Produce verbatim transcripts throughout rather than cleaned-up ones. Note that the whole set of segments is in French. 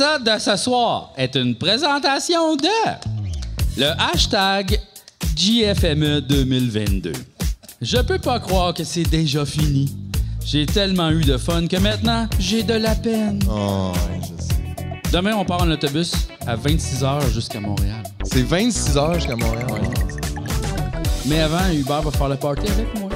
L'épisode de ce soir est une présentation de le hashtag J F M E deux mille vingt-deux. Je peux pas croire que c'est déjà fini. J'ai tellement eu de fun que maintenant, j'ai de la peine. Oh, je sais. Demain, on part en autobus à vingt-six heures jusqu'à Montréal. C'est vingt-six heures jusqu'à Montréal. Ouais. Mais avant, Hubert va faire le party avec moi.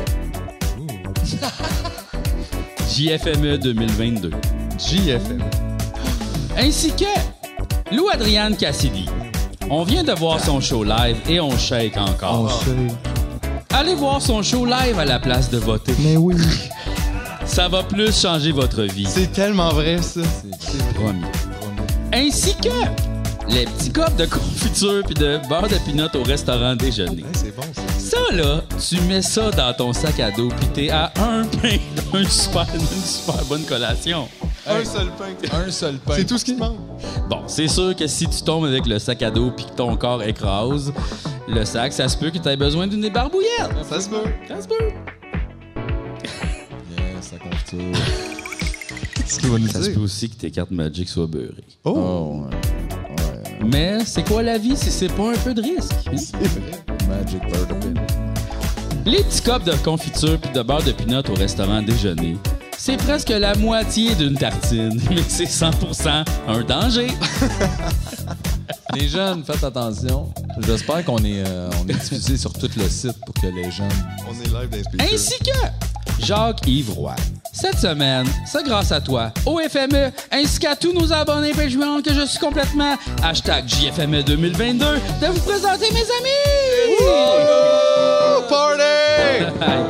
J F M E deux mille vingt-deux. J F M. Ainsi que Lou Adrienne Cassidy. On vient de voir son show live et on shake encore. On sait. Allez voir son show live à la place de voter. Mais oui. Ça va plus changer votre vie. C'est tellement vrai, ça. C'est promis. Ainsi que les petits copes de confiture puis de beurre de pinot au restaurant déjeuner. Ouais, c'est bon, ça. Ça, là, tu mets ça dans ton sac à dos puis t'es à un pain d'une super, d'une super bonne collation. Un seul pain. Un seul pain. C'est tout ce qui te manque. Bon, c'est sûr que si tu tombes avec le sac à dos puis que ton corps écrase le sac, ça se peut que tu aies besoin d'une débarbouillette. Ça se peut. Ça se peut. Yes, la confiture. Ce qu'il va nous Ça se dire. peut aussi que tes cartes Magic soient beurrées. Oh. Oh, ouais. Ouais. Mais c'est quoi la vie si c'est pas un peu de risque? hein? C'est vrai. Magic Bird of Pin. Les petits copes de confiture puis de beurre de pinot au restaurant déjeuner, c'est presque la moitié d'une tartine, mais c'est cent pour cent un danger. Les jeunes, faites attention. J'espère qu'on est, euh, on est diffusé sur tout le site pour que les jeunes... On est live dans les speakers. Ainsi que Jacques-Yves Roy. Cette semaine, c'est grâce à toi, au F M E, ainsi qu'à tous nos abonnés Patreon que je suis complètement hashtag J F M E deux mille vingt-deux de vous présenter mes amis! Oh, party! Hey.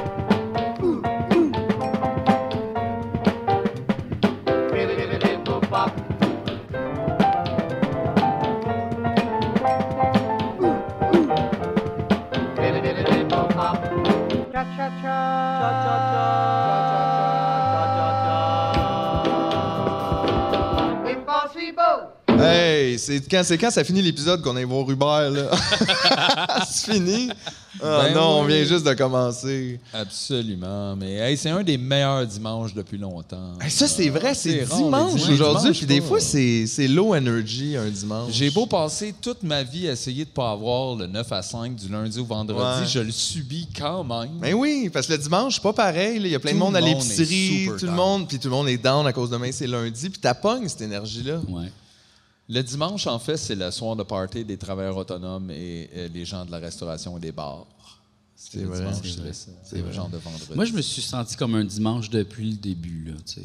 Hey, c'est quand, c'est quand ça finit l'épisode qu'on aille voir Hubert, là? C'est fini? Ah Ben non, on oui. vient juste de commencer. Absolument. Mais hey, c'est un des meilleurs dimanches depuis longtemps. Hey, ça, c'est vrai, c'est, C'est rare, les dimanche dimanches, aujourd'hui. dimanche, Puis des pas. fois, c'est, c'est low energy un dimanche. J'ai beau passer toute ma vie à essayer de pas avoir le neuf à cinq du lundi au vendredi, Ouais. je le subis quand même. Ben oui, parce que le dimanche, c'est pas pareil. là. Il y a plein Tout de monde le à monde l'épicerie, est super tout le down. monde, puis tout le monde est down à cause de demain, c'est lundi. Puis t'as pognes cette énergie-là. Ouais. Le dimanche, en fait, c'est le soir de party des travailleurs autonomes et euh, les gens de la restauration et des bars. C'est le vrai, dimanche, c'est c'est vrai. ça. C'est le genre de vendredi. Moi, je me suis senti comme un dimanche depuis le début, là, tu sais.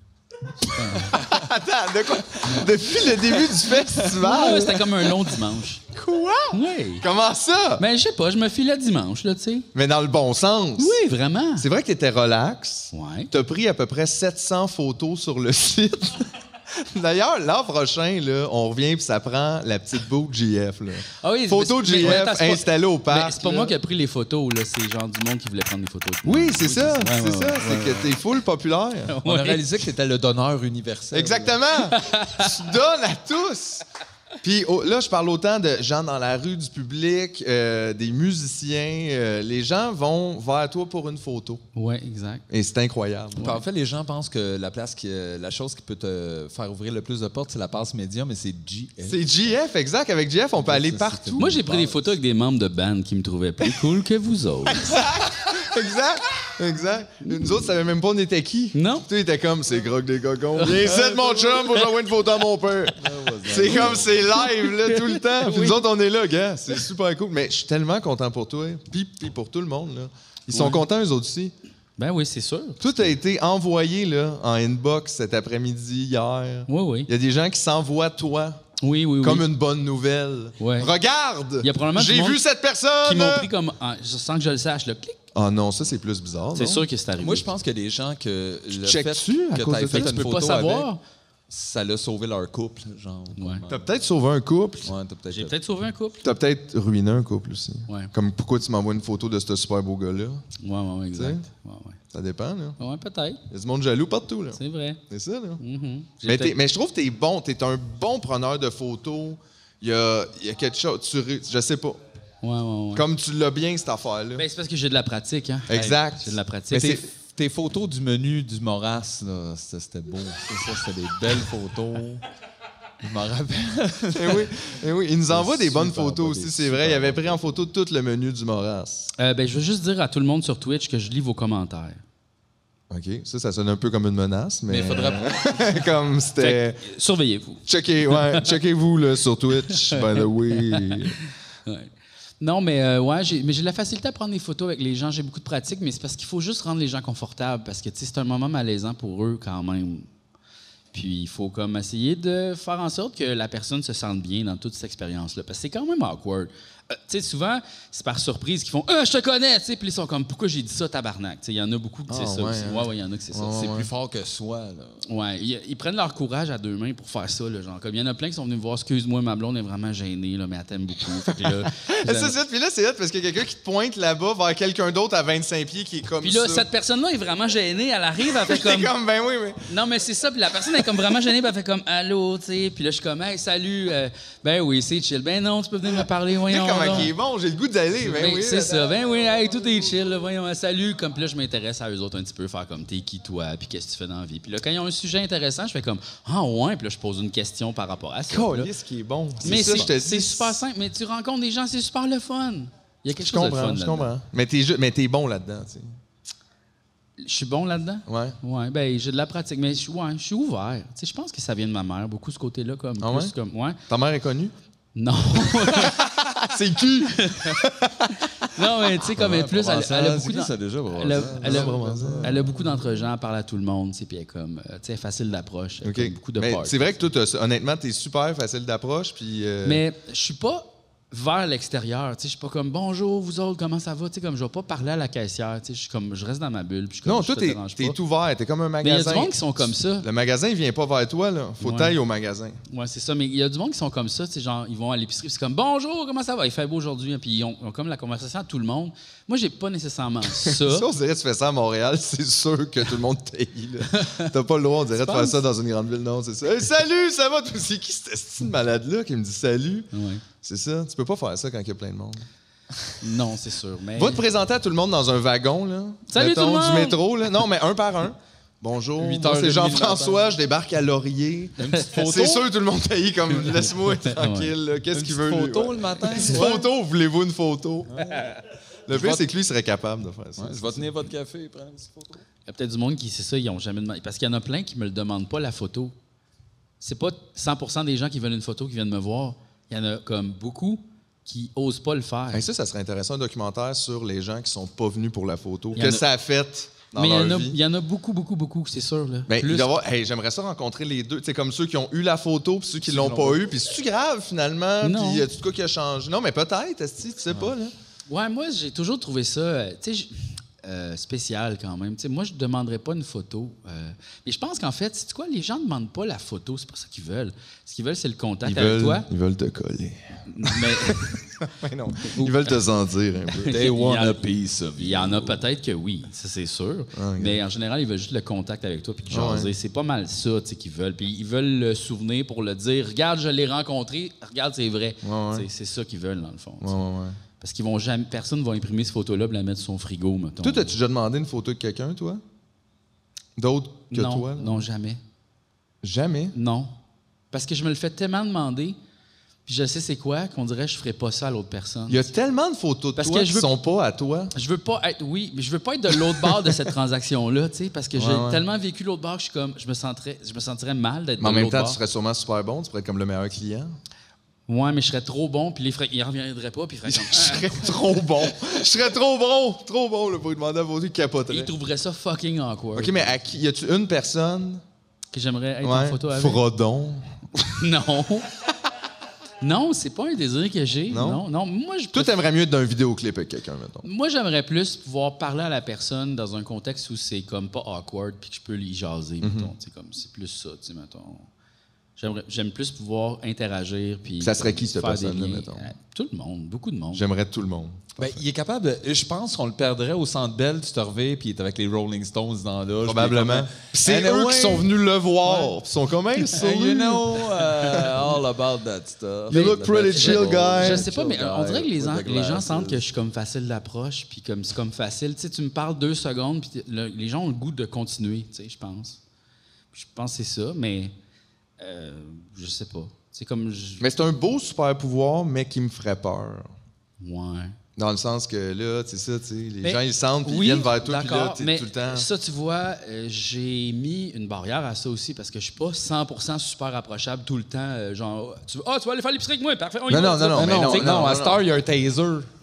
Attends, de quoi? Depuis le début du Ouais, festival? c'était comme un long dimanche. Quoi? Oui. Comment ça? Ben, je sais pas, je me filais dimanche, là, tu sais. Mais dans le bon sens. Oui, vraiment. C'est vrai que t'étais relax. Ouais. T'as pris à peu près sept cents photos sur le site. D'ailleurs, l'an prochain, là, on revient puis ça prend la petite boucle J F. Là. Ah oui, Photo de mais- J mais F attends, c'est pas- installée au Mais parc. c'est pas là. moi qui ai pris les photos, là. C'est genre du monde qui voulait prendre des photos. de moi. Oui, c'est ça. Ouais, c'est ouais, ça. ouais, c'est ouais, que t'es full populaire. On a Ouais. réalisé que c'était le donneur universel. Exactement. Tu donnes à tous. Puis oh, là, je parle autant de gens dans la rue, du public, euh, des musiciens. euh, les gens vont vers toi pour une photo. Ouais, exact. Et c'est incroyable. Puis En fait, les gens pensent que la place qui, euh, la chose qui peut te faire ouvrir le plus de portes, c'est la passe média, mais c'est J F. C'est J F, exact. Avec J F, on peut aller ça, partout. Moi, j'ai pris des photos avec des membres de band qui me trouvaient plus cool que vous autres. Exact, exact. Nous autres, savaient même pas on était qui. Non. Tu était comme, c'est Grog des cocons. Viens ici, mon chum, pour j'envoie une photo à mon père. C'est comme, c'est live, là, tout le temps. Puis nous autres, on est là, gars. C'est super cool. Mais je suis tellement content pour toi. Puis, puis pour tout le monde, là. Ils sont Ouais. contents, eux autres aussi. Ben oui, c'est sûr. Tout a été envoyé, là, en inbox cet après-midi, hier. Oui, oui. Il y a des gens qui s'envoient toi Oui, oui, oui. comme une bonne nouvelle. Ouais. Regarde! Il y a probablement du J'ai monde vu cette personne! Qui m'ont pris comme... ah, sans que je le sache, le clic. Ah non, ça, c'est plus bizarre. C'est non? sûr que c'est arrivé. Moi, je pense qu'il y a des gens que le checkes-tu fait à que cause tu de fait ça? une Tu peux photo pas savoir. avec, ça l'a sauvé leur couple, genre. Ouais. T'as peut-être sauvé un couple. Ouais, t'as peut-être. J'ai peut-être sauvé un couple. T'as peut-être ruiné un couple aussi. Ouais. Comme pourquoi tu m'envoies une photo de ce super beau gars-là? Ouais, ouais, ouais, exact. Ouais, ouais. Ça dépend, là. Ouais, peut-être. Il y a du monde jaloux partout, là. C'est vrai. C'est ça, là. Mhm. J'ai Mais, peut-être- t'es- mais je trouve que t'es bon. T'es un bon preneur de photos. Il y a, il y a quelque chose... Tu, ré- je sais pas. Ouais, ouais, ouais. Comme tu l'as bien, cette affaire-là. Ben, c'est parce que j'ai de la pratique, hein. Exact. J'ai de la pratique. Mais Tes, c'est- tes photos du menu du Moras, là, c'était c'était beau. Ça, ça, c'était des belles photos. Je m'en rappelle. Eh oui, eh oui. Il nous envoie des bonnes super photos beau, aussi, des c'est vrai. super Il avait beaux. pris en photo tout le menu du Moras. Euh, ben, je veux juste dire à tout le monde sur Twitch que je lis vos commentaires. OK, ça, ça sonne un peu comme une menace, mais... Mais il faudrait. comme c'était... Fait que, surveillez-vous. Checkez, ouais, checkez-vous là, sur Twitch, by the way. Ouais. Non, mais euh, ouais, j'ai, mais j'ai de la facilité à prendre des photos avec les gens. J'ai beaucoup de pratique, mais c'est parce qu'il faut juste rendre les gens confortables parce que tu sais, c'est un moment malaisant pour eux quand même. Puis il faut comme essayer de faire en sorte que la personne se sente bien dans toute cette expérience-là. Parce que c'est quand même awkward. Euh, tu sais, souvent, c'est par surprise qu'ils font « Ah, je te connais! » Tu sais, puis ils sont comme « Pourquoi j'ai dit ça, tabarnak? » Tu sais, il y en a beaucoup qui c'est Ah, ça ouais, aussi. hein. Ouais, ouais, il y en a qui c'est ça. C'est plus fort que soi, là. Ouais, ils, ils prennent leur courage à deux mains pour faire ça, là, genre. Comme il y en a plein qui sont venus me voir « Excuse-moi, ma blonde est vraiment gênée, là, mais elle t'aime beaucoup. » Fait que là, Ça, c'est hot. Puis là, c'est hot parce qu'il y a quelqu'un qui te pointe là-bas vers quelqu'un d'autre à vingt-cinq pieds qui est comme Puis là, ça. cette personne-là est vraiment gênée. Elle arrive, elle fait T'es comme... comme, ben oui, mais... Non, mais c'est ça. Puis la personne est comme vraiment gênée, puis elle fait comme « Allô, tu sais. » Puis là, je suis comme « Hey, salut. Euh, ben oui, c'est chill. Ben non, tu peux venir me parler, Tu sais voyons. comment donc. il est bon, j'ai le goût d'aller, ben, Ben, oui. c'est là, ça. Ben oui, hey, tout est chill. Là, voyons, salut. Comme, puis là, je m'intéresse à eux autres un petit peu, faire comme t'es qui, toi, puis qu'est-ce que tu fais dans la vie. Puis là, quand ils ont un sujet intéressant, je fais comme ah ouais, puis là, je pose une question par rapport à ça. Puis là- Câlisse qui est bon. mais ça, c'est, je te c'est dis. super simple. Mais tu rencontres des gens, c'est super le fun. Il y a quelque Je chose de comprends, fun je là-dedans. comprends. Mais t'es, ju- mais t'es bon là-dedans, tu sais. Je suis bon là-dedans? Ouais. Ouais, ben j'ai de la pratique, mais je, ouais, je suis ouvert. Tu sais, je pense que ça vient de ma mère, beaucoup ce côté-là, comme Ah plus ouais? comme ouais. Ta mère est connue? Non, C'est qui? non, mais tu sais, comme elle est plus, elle, elle a beaucoup de d'en- ça déjà, elle a, elle a- vraiment ça. elle a beaucoup d'entre-gens, elle parle à tout le monde, tu sais, puis elle est comme, euh, tu sais, facile d'approche, elle a OK. comme beaucoup de Mais parts. c'est vrai que toi, t'as- honnêtement, t'es super facile d'approche, puis... euh, Mais je suis pas vers l'extérieur, tu sais, je suis pas comme bonjour vous autres, comment ça va, tu sais, comme je vais pas parler à la caissière, tu sais, je suis comme, je reste dans ma bulle, puis je suis comme, Non, je toi, te t'es, dérange t'es pas. ouvert, t'es comme un Mais il y a magasin. du monde qui sont comme ça. Le magasin, il vient pas vers toi, là. Faut Ouais. t'ailler au magasin. Ouais, c'est ça. Mais il y a du monde qui sont comme ça. Tu sais, genre, ils vont à l'épicerie, puis c'est comme bonjour, comment ça va? Il fait beau aujourd'hui. hein, Puis ils ont, ils ont comme la conversation à tout le monde. Moi, j'ai pas nécessairement ça. Ça, on dirait que tu fais ça à Montréal, c'est sûr que tout le monde t'aille, là. T'as pas le droit, on dirait, de faire penses? ça dans une grande ville. Non, c'est ça. Hey, salut, ça va? C'est qui cette petite malade-là qui me dit salut? Ouais. C'est ça. Tu peux pas faire ça quand il y a plein de monde. Non, c'est sûr. Mais... Va te présenter à tout le monde dans un wagon, là. Salut Mettons, tout le monde! du métro, là. Non, mais un par un. Bonjour, Huit moi, heures c'est et demie Jean-François, le je débarque à Laurier. photo? C'est sûr, tout le monde taillit comme laisse-moi être tranquille. là. Qu'est-ce Une qu'il petite veut, lui? photo Ouais. le matin? Une petite Ouais. photo, voulez-vous une photo? Le pire, vais- c'est que lui, il serait capable de faire ça. Ouais, je vais tenir votre café et prendre une petite photo. Il y a peut-être du monde qui, c'est ça, ils ont jamais demandé. Parce qu'il y en a plein qui me le demandent pas, la photo. C'est pas cent pour cent des gens qui veulent une photo qui viennent me voir. Il y en a comme beaucoup qui osent pas le faire. Hey, ça, ça serait intéressant, un documentaire sur les gens qui sont pas venus pour la photo. Il y en Que a- ça a fait dans Mais il y, en leur a, vie. il y en a beaucoup, beaucoup, beaucoup, c'est sûr. Là. Ben, il Plus- doit y avoir- hey, j'aimerais ça rencontrer les deux. Tu sais, comme ceux qui ont eu la photo puis ceux qui l'ont pas eu. Puis c'est-tu grave, finalement? Non. Puis y a-tu de quoi qui a changé? Non, mais peut-être, esti, tu sais pas, là. Ouais, moi, j'ai toujours trouvé ça, euh, tu sais, j- euh, spécial quand même. Tu sais, moi, je ne demanderais pas une photo. euh, mais je pense qu'en fait, c'est quoi, les gens ne demandent pas la photo, c'est pas ça qu'ils veulent. Ce qu'ils veulent, c'est le contact Ils avec veulent, toi. ils veulent te coller. Mais Mais non, ils veulent te sentir un peu. They want Il y en- a piece of il you. y en a peut-être que oui, ça c'est sûr. Ah, ok. Mais en général, ils veulent juste le contact avec toi puis Ah, ouais. jaser. C'est pas mal ça, tu sais, qu'ils veulent. Puis ils veulent le souvenir pour le dire. Regarde, je l'ai rencontré. Regarde, c'est vrai. Ouais, ouais. Tu sais, C'est ça qu'ils veulent dans le fond. tu Ouais, sais. ouais, ouais. Parce qu'ils vont jamais, personne ne va imprimer cette photo-là et la mettre sur son frigo, mettons. Toi, as-tu déjà demandé une photo de quelqu'un, toi? D'autres que non, toi? là? non, jamais. Jamais? Non. Parce que je me le fais tellement demander, puis je sais c'est quoi, qu'on dirait que je ferais pas ça à l'autre personne. Il y a tellement de photos de Parce toi que qui je veux- sont pas à toi. Je veux pas être, oui, mais je veux pas être de l'autre bord de cette transaction-là, tu sais, parce que j'ai Ouais, ouais. tellement vécu l'autre bord que je suis comme, je me sentirais, je me sentirais mal d'être Mais en de même l'autre temps, bord. tu serais sûrement super bon. Tu pourrais être comme le meilleur client. Ouais, mais je serais trop bon, puis les frères, ils reviendraient pas, puis ils feraient comme, Je serais trop bon. Je serais trop bon. Trop bon là, pour lui demander à photo, il ils capoterait. trouveraient ça fucking awkward. OK, mais à qui? Y a-tu une personne? Que j'aimerais être en Ouais. photo avec. Frodon. Non. Non, c'est pas un désir que j'ai. Non? Non, non. Moi, je Toi, t'aimerais mieux être dans un vidéoclip avec quelqu'un, mettons. Moi, j'aimerais plus pouvoir parler à la personne dans un contexte où c'est comme pas awkward puis que je peux lui jaser, Mhm. mettons. Tu sais, comme c'est plus ça, tu sais, mettons. J'aimerais, j'aime plus pouvoir interagir puis Ça serait comme, qui, cette faire des personne-là, liens. mettons? Euh, tout le monde, beaucoup de monde. J'aimerais tout le monde. Ben, il est capable. de- Je pense qu'on le perdrait au Centre Bell, tu te reviens, puis il est avec les Rolling Stones dans la loge. Probablement. puis Puis c'est il est comme, eux qui sont venus le voir. Ils sont comme, hey, Uh, salut. you know uh, all about that stuff. You look The pretty vegetables. chill guy. Je sais pas, Chill mais on guy dirait que les, with gens- the les gens glasses. sentent que je suis comme facile d'approche, puis comme c'est comme facile. Tu sais, tu me parles deux secondes, puis le- les gens ont le goût de continuer, tu sais, je pense. Je pense que c'est ça, mais Euh, je sais pas. C'est comme... je- Mais c'est un beau super pouvoir, mais qui me ferait peur. Ouais. Dans le sens que là, c'est ça, tu sais, les Mais- gens, ils sentent, puis ils oui, viennent vers toi, puis là, d'accord, t'es mais tout le temps... ça, tu vois, euh, j'ai mis une barrière à ça aussi parce que je suis pas cent pour cent super approchable tout le temps. euh, genre, tu, oh, tu vas aller faire l'épicerie avec moi, parfait. on y Non, va, non, ça. non, non, mais non, tu sais, non, non, à non. Star, il y a un taser.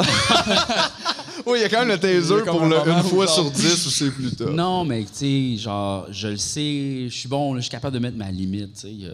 Oui, il y a quand même le Il y taser a comme pour un le moment une où fois genre- sur dix ou c'est plus tard. Non, mais tu sais, genre, je le sais, je suis bon, là, je suis capable de mettre ma limite, tu sais, euh,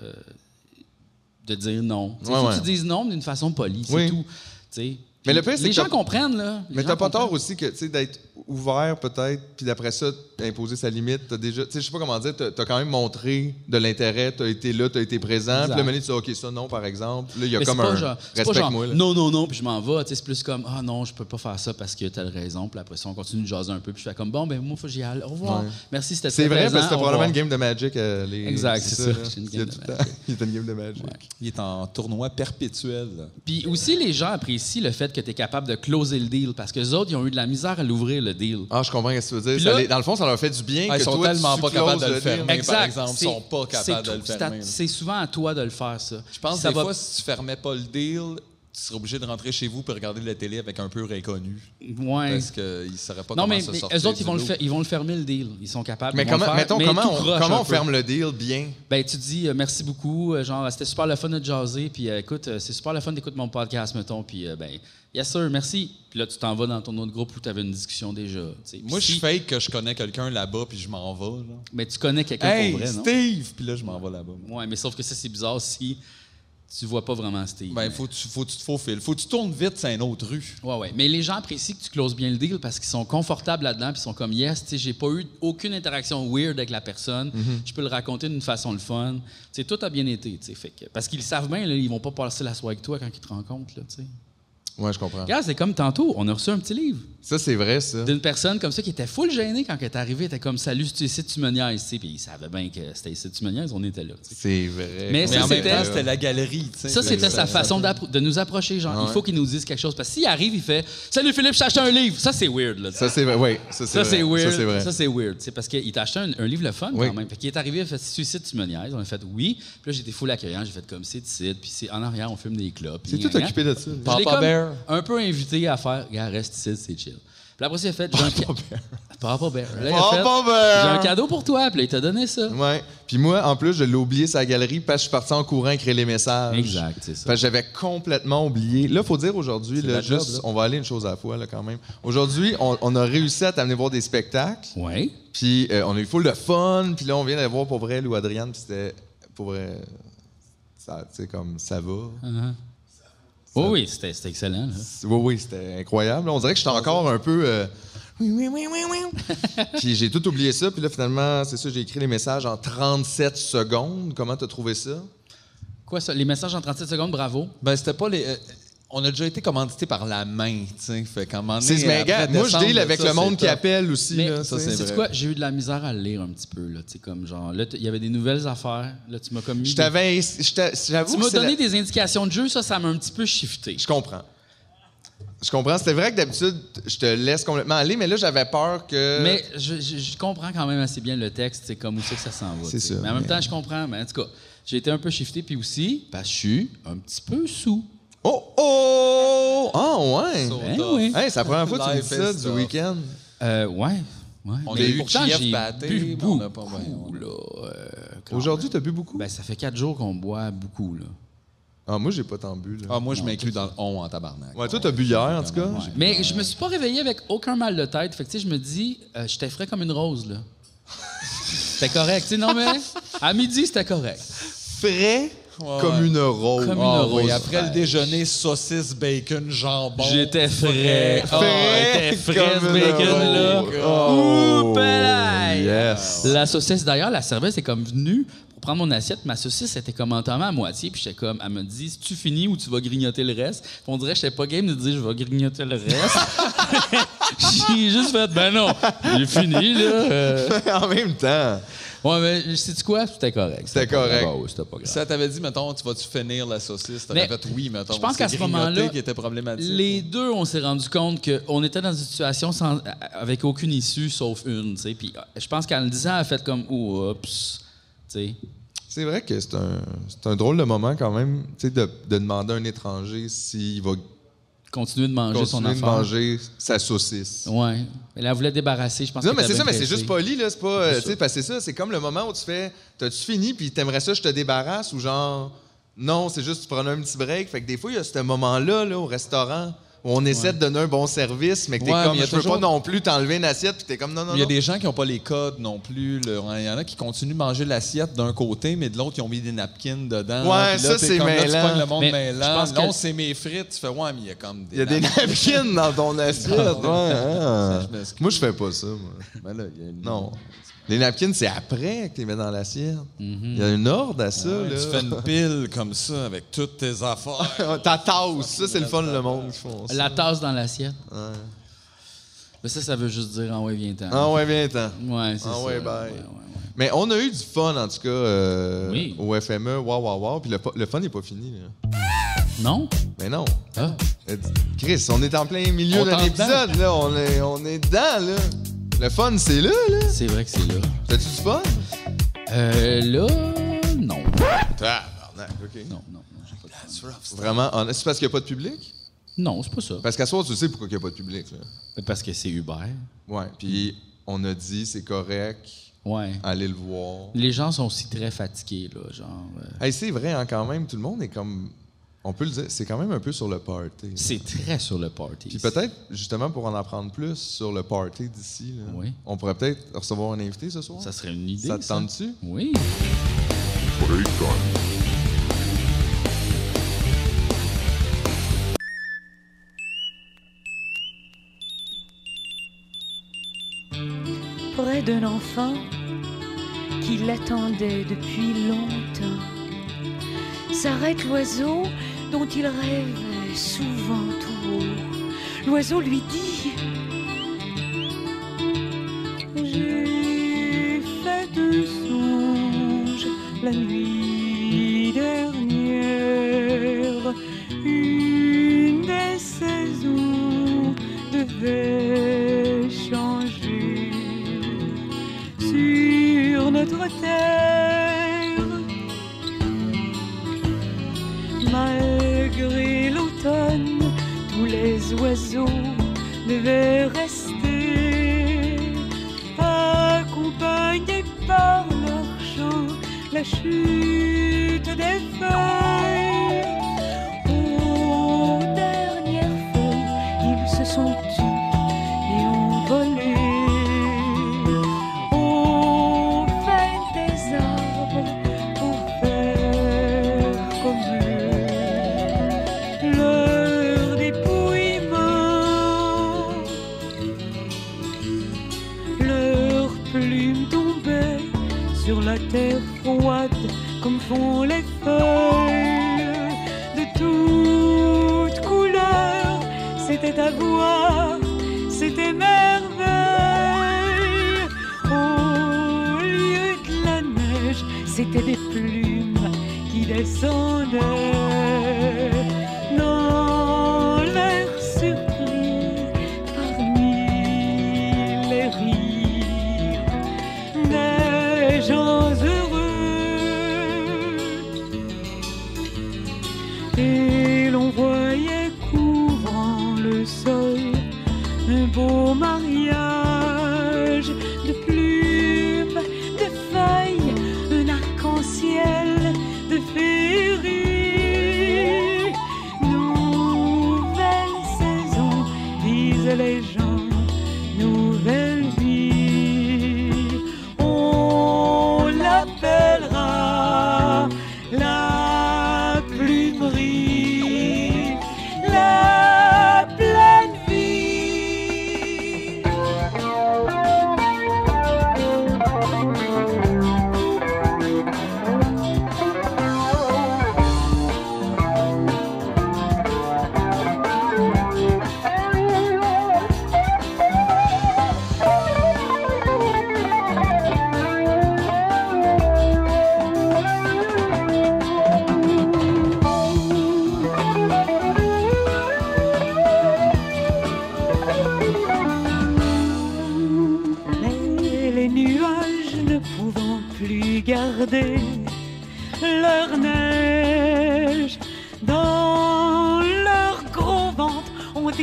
de dire non. Il Ouais, faut ouais. que tu dises non d'une façon polie, c'est Oui. tout. Tu sais. Mais le Puis pire, c'est les que gens t'as- comprennent, là. Les Mais gens t'as pas comprennent. tort aussi que, tu sais, d'être ouvert peut-être, puis d'après ça, imposer sa limite. T'as déjà, tu sais, je sais pas comment dire, t'as, t'as quand même montré de l'intérêt, t'as été là, t'as été présent. Puis là, maintenant, tu dis, OK, ça, non, par exemple. Là, il y a Mais comme c'est pas un genre, c'est pas genre, respecte-moi, là. non, non, non, puis je m'en vais. Tu sais, c'est plus comme, ah non, je peux pas faire ça parce qu'il y a telle raison. Puis après ça, on continue de jaser un peu. Puis je fais comme, bon, ben moi, faut que j'y aille. Au revoir. Ouais. Merci, c'était C'est très vrai, plaisant. parce que t'as Au probablement revoir. une game de Magic. euh, les- Exact, c'est ça. là. J'ai une Il y a game tout de le temps- Magic. Il y a une game de Magic. Il est en tournoi perpétuel. là. Puis aussi, les gens apprécient le fait que tu es capable de closer le deal parce que les autres, ils ont eu de la misère à l'ouvrir, le deal. Ah, je comprends ce que tu veux dire. Puis Ça là- les- dans le fond, ça leur fait du bien Ah, que ils sont toi, tellement tu pas closes capables de le deal. fermer. par exemple, C'est- sont pas capables c'est de le tout- c'est à- fermer. C'est souvent à toi de le faire, ça. Je pense que ça des va- fois, si tu fermais pas le deal, tu serais obligé de rentrer chez vous et regarder la télé avec un peu inconnu. Ouais. Parce qu'ils ne sauraient pas Non, comment mais, se mais sortir eux autres, ils du vont, le lot. faire- ils vont le fermer, le deal. Ils sont capables. Mais ils vont comment, le faire, mettons, mais comment, tout on, croche comment un on peu. ferme le deal bien? Ben, tu dis euh, merci beaucoup, euh, genre c'était super le fun de te jaser, puis euh, écoute, euh, c'est super le fun d'écouter mon podcast, mettons, puis euh, ben, yes sir, merci. Puis là, tu t'en vas dans ton autre groupe où tu avais une discussion déjà. tu sais. Puis Moi, je si- fake que je connais quelqu'un là-bas puis je m'en vais. Là. Mais tu connais quelqu'un Hey, pour vrai, non? Steve! Puis là, je m'en vais là-bas. moi. Ouais, mais sauf que ça, c'est bizarre si tu vois pas vraiment Steve. Ben, faut que tu faut que tu te faufiles. Faut que tu tournes vite, c'est une autre rue. Ouais, ouais. Mais les gens apprécient que tu closes bien le deal parce qu'ils sont confortables là-dedans, puis ils sont comme, yes, tu sais, j'ai pas eu aucune interaction weird avec la personne. Je peux le raconter d'une façon le fun. Tu sais, tout a bien été, tu sais. Fait que, parce qu'ils le savent bien, là, ils vont pas passer la soirée avec toi quand ils te rencontrent, là, tu sais. Ouais, je comprends. Regarde, c'est comme tantôt, on a reçu un petit livre Ça, c'est vrai, ça. d'une personne comme ça qui était full gênée quand elle est arrivée. Elle était comme, salut, tu ici, tu me niaises, tu sais. Puis ils savaient bien que c'était ici, tu me niaises, on était là, tu sais. C'est vrai. Mais Mais ça, en même c'était- temps, c'était la galerie. tu sais. Ça, c'était Fait que sa façon d'appro- de nous approcher, genre, il faut qu'il nous dise quelque chose. Parce que s'il arrive, il fait « Salut Philippe, je t'ai acheté un livre! » Ça, c'est weird, là. Ça, c'est vrai. Oui, ça, c'est Ça, vrai. c'est weird. Ça, c'est vrai. Ça, c'est weird. C'est parce qu'il t'a acheté un, un livre le fun Oui. quand même. Fait qu'il est arrivé, il a fait Suicide, tu me niaises. On a fait oui. Puis là, j'étais full accueillant. J'ai fait comme c'est ici. Puis c'est en arrière, on fume des clopes. C'est Puis tout gna, gna. occupé de ça. Je l'ai Papa comme Bear. un peu invité à faire gars, reste ici, c'est chill. Puis après, il a fait j'ai un ca- Papa Bear. Là, il a fait, Papa Bear. j'ai un cadeau pour toi. Puis là, il t'a donné ça. Ouais. Puis moi, en plus, je l'ai oublié sa galerie parce que je suis parti en courant créer les messages. Exact, c'est ça. Parce que j'avais complètement oublié. Là, il faut dire aujourd'hui, là, la job, juste, là. on va aller une chose à la fois là, quand même. Aujourd'hui, on, on a réussi à t'amener voir des spectacles. Oui. Puis euh, on a eu full de fun. Puis là, on vient d'aller voir pour vrai Lou Adriane. Puis c'était pour vrai. Ça, tu sais, comme ça va. Uh-huh. Oh, oui, c'était c'était excellent. Là. Oui, oui, c'était incroyable. On dirait que j'étais encore un peu. euh, Oui, oui, oui, oui, oui. Puis j'ai tout oublié ça. Puis là, finalement, c'est ça, j'ai écrit les messages en trente-sept secondes. Comment t'as trouvé ça? Quoi ça? Les messages en trente-sept secondes, bravo. Ben, c'était pas les. euh, on a déjà été commandité par la main, tu sais. Fait qu'à un moment donné, C'est mais après gars, moi, je décembre, deal avec ça, le monde c'est qui top. appelle aussi. Mais là, ça, tu sais. c'est sais-tu vrai. quoi? J'ai eu de la misère à le lire un petit peu. Là, tu sais, comme genre, là, t- il y avait des nouvelles affaires. Là, tu m'as comme mis Je des- t'avais. je t'a- J'avoue Tu que m'as c'est donné la- des indications de jeu, ça, ça m'a un petit peu shifté. Je comprends. Je comprends. C'était vrai que d'habitude, je te laisse complètement aller, mais là, j'avais peur que. Mais je, je- je comprends quand même assez bien le texte, c'est comme où c'est que ça s'en va. C'est tu sais. ça, Mais en même mais- temps, je comprends. Mais en tout cas, j'ai été un peu shifté, puis aussi, parce que je suis un petit peu sous. Oh, oh! Ah, ouais! So Ben tough. oui. Hey, c'est la première fois que tu me Life dis ça is du tough. week-end. Euh, ouais. ouais. On Mais a eu pourtant, J F j'ai batté, bu mais beaucoup, on n'a pas- ouais, on- là, euh, quand Aujourd'hui, même. t'as bu beaucoup? Ben, ça fait quatre jours qu'on boit beaucoup, là. Ah, moi, j'ai pas tant bu. Là. Ah, moi, je m'inclus dans le on en tabarnak. Ouais, toi, t'as bu hier, en tout cas. Ouais. Mais je me suis pas réveillé avec aucun mal de tête. Fait que, tu sais, je me dis, euh, j'étais frais comme une rose, là. C'était correct, tu sais. Non, mais à midi, c'était correct. Frais Ouais, comme ouais. une rose. Comme Ah une oui, rose après le fraîche. déjeuner, saucisse, bacon, jambon. J'étais frais. Frais Oh, j'étais frais, ce comme une bacon-là. rose. Oh, Ouh, pelaille! yes. La saucisse, d'ailleurs, la serveuse est comme venue pour prendre mon assiette. Ma saucisse était comme entamée à moitié. Puis j'étais comme, elle me dit, si tu finis ou tu vas grignoter le reste. Puis on dirait que j'étais pas game de dire, je vais grignoter le reste. J'ai juste fait, ben non, j'ai fini, là. Euh, en même temps. Ouais, mais sais-tu quoi? C'était correct. C'était pas correct. grave. Ouais, c'était pas grave. Ça t'avait dit, mettons, tu vas-tu finir la saucisse? T'aurais Mais fait oui, mettons. je pense C'est qu'à ce grignoter moment-là, qui était problématique. les deux, on s'est rendu compte qu'on était dans une situation sans, avec aucune issue sauf une, tu sais. Puis euh, je pense qu'en le disant, elle a fait comme, oups, tu sais. c'est vrai que c'est un, c'est un drôle de moment quand même, tu sais, de, de demander à un étranger s'il va Continuer de manger son continuer de affaire. manger sa saucisse. Ouais. Elle la voulait débarrasser, je pense Non, que mais t'as c'est ça, bien mais c'est pressé. juste poli, là. C'est pas. euh, C'est tu sais, parce que c'est ça, c'est comme le moment où tu fais. T'as-tu fini, puis t'aimerais ça, je te débarrasse, ou genre. Non, c'est juste tu prends un petit break. Fait que des fois, il y a ce moment-là, là, au restaurant, où on essaie Ouais. de donner un bon service, mais que t'es Ouais, comme. mais il y a Je peux toujours- pas non plus t'enlever une assiette, puis t'es comme non, non, Il y a non. des gens qui n'ont pas les codes non plus. là. Il y en a qui continuent de manger l'assiette d'un côté, mais de l'autre, ils ont mis des napkins dedans. Ouais, Puis là, ça, t'es c'est comme, là, mêlant. tu pognes le monde Mais mêlant. je pense que- Non, c'est mes frites. Tu fais, ouais, mais il y a comme des Il y a des napkins dans ton assiette. Ouais, hein. Ça, je m'excuse. Moi, je fais pas ça, moi. Ben là, il y a une- Non. Les napkins, c'est après que tu les mets dans l'assiette. Il y a une ordre à ça, Ouais, là. tu fais une pile comme ça avec toutes tes affaires. Ta tasse, ça, c'est le fun, le monde qui font ça. La tasse dans l'assiette. Ouais. Mais ça, ça veut juste dire ah ouais, viens-t'en. Ah ouais, viens-t'en. Ouais, c'est Ah ça. ouais, bye. Ouais, ouais, ouais. Mais on a eu du fun, en tout cas, euh, Oui. au F M E. Wow, wow, wow. Puis le, le fun n'est pas fini, là. Non? Mais non. Ah. Euh, Chris, on est en plein milieu On d'un t'entend. épisode, là. On est, on est dedans, là. Le fun, c'est là, là. C'est vrai que c'est là. T'as-tu du fun? Euh, là, non. Tabarnak, OK. Non, non, non, j'ai pas de fun. Vraiment, honnête. C'est parce qu'il n'y a pas de public? Non, c'est pas ça. Parce qu'à soir, tu sais pourquoi il n'y a pas de public, là. Parce que c'est Uber. Ouais. Puis on a dit, c'est correct, Ouais. allez le voir. Les gens sont aussi très fatigués, là, genre... euh, Hey, c'est vrai, hein, quand même, tout le monde est comme... On peut le dire, c'est quand même un peu sur le party. C'est très sur le party. Puis peut-être, justement, pour en apprendre plus sur le party d'ici, là, Oui. on pourrait peut-être recevoir un invité ce soir. Ça serait une idée, Ça te ça. tente-tu? Oui. Près d'un enfant qui l'attendait depuis longtemps, s'arrête l'oiseau dont il rêve souvent tout haut. L'oiseau lui dit: j'ai fait un songe la nuit dernière, une des saisons devait changer sur notre terre. Malgré l'automne, tous les oiseaux devaient rester, accompagnés par leur chant, la chute des feuilles. Aux dernières feuilles, ils se sont tus et ont volé. Au fin des arbres pour faire comme eux leur dépouillement. Leurs plumes tombaient sur la terre froide comme font les feuilles de toutes couleurs. C'était à voir, c'était merveille. Au lieu de la neige, c'était des plumes qui descendaient. Dans l'air surpris, parmi les rires des gens heureux, et l'on voyait couvrant le sol un beau mariage de plumes, de feuilles, un arc-en-ciel de féerie. Nouvelle saison, disent les gens, nouvelle vie. On l'appellera la plumerie, la pleine vie.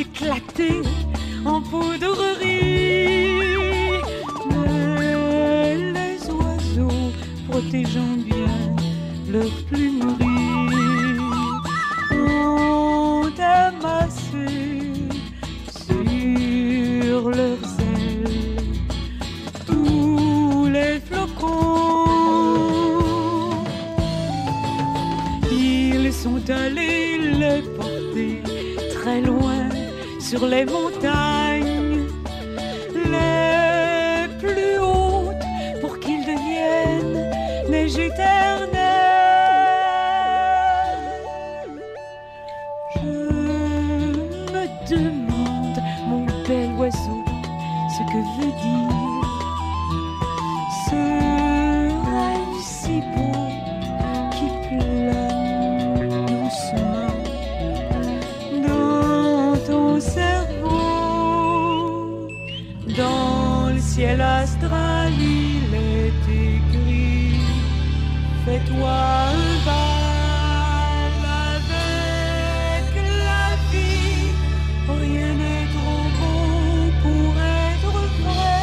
éclater en poudrerie. Mais les oiseaux, protégeant bien leur plumerie, ont amassé sur leurs ailes tous les flocons. Ils sont allés les porter très loin sur les montagnes les plus hautes pour qu'ils deviennent neige éternelle. Je me demande, mon bel oiseau, ce que veut dire ce rêve si beau qui plane doucement dans ton cerveau. Dans le ciel astral, il est écrit: fais-toi un bal avec la vie. Rien n'est trop beau pour être vrai.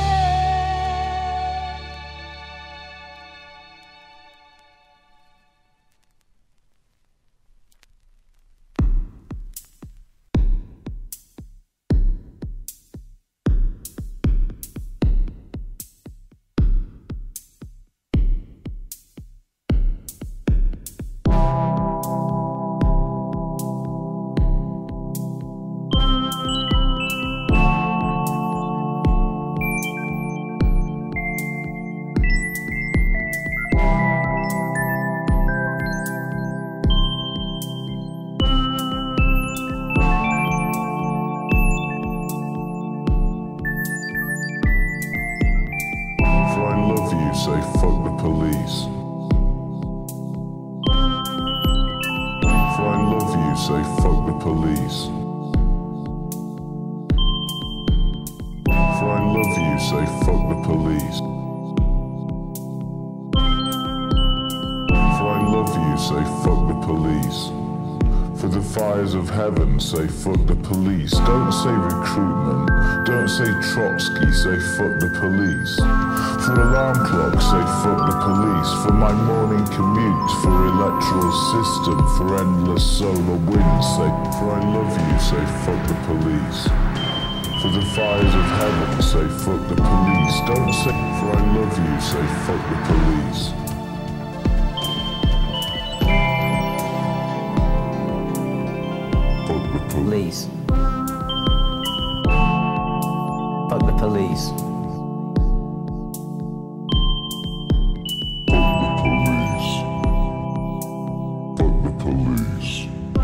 Say fuck the police. If I love you, say fuck the police. If I love you, say fuck the police. If I love you, say fuck the police. For the fires of heaven, say fuck the police. Don't say recruitment, don't say Trotsky, say fuck the police. For alarm clock, say fuck the police. For my morning commute, for electoral system, for endless solar wind, say for I love you, say fuck the police. For the fires of heaven, say fuck the police. Don't say for I love you, say fuck the police. Police. Fuck the police. Fuck the police.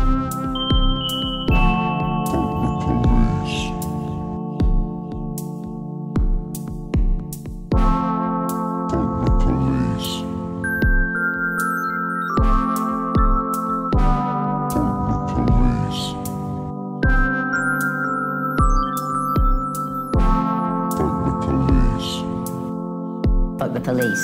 Fuck the police. Fuck the police. Fuck the police.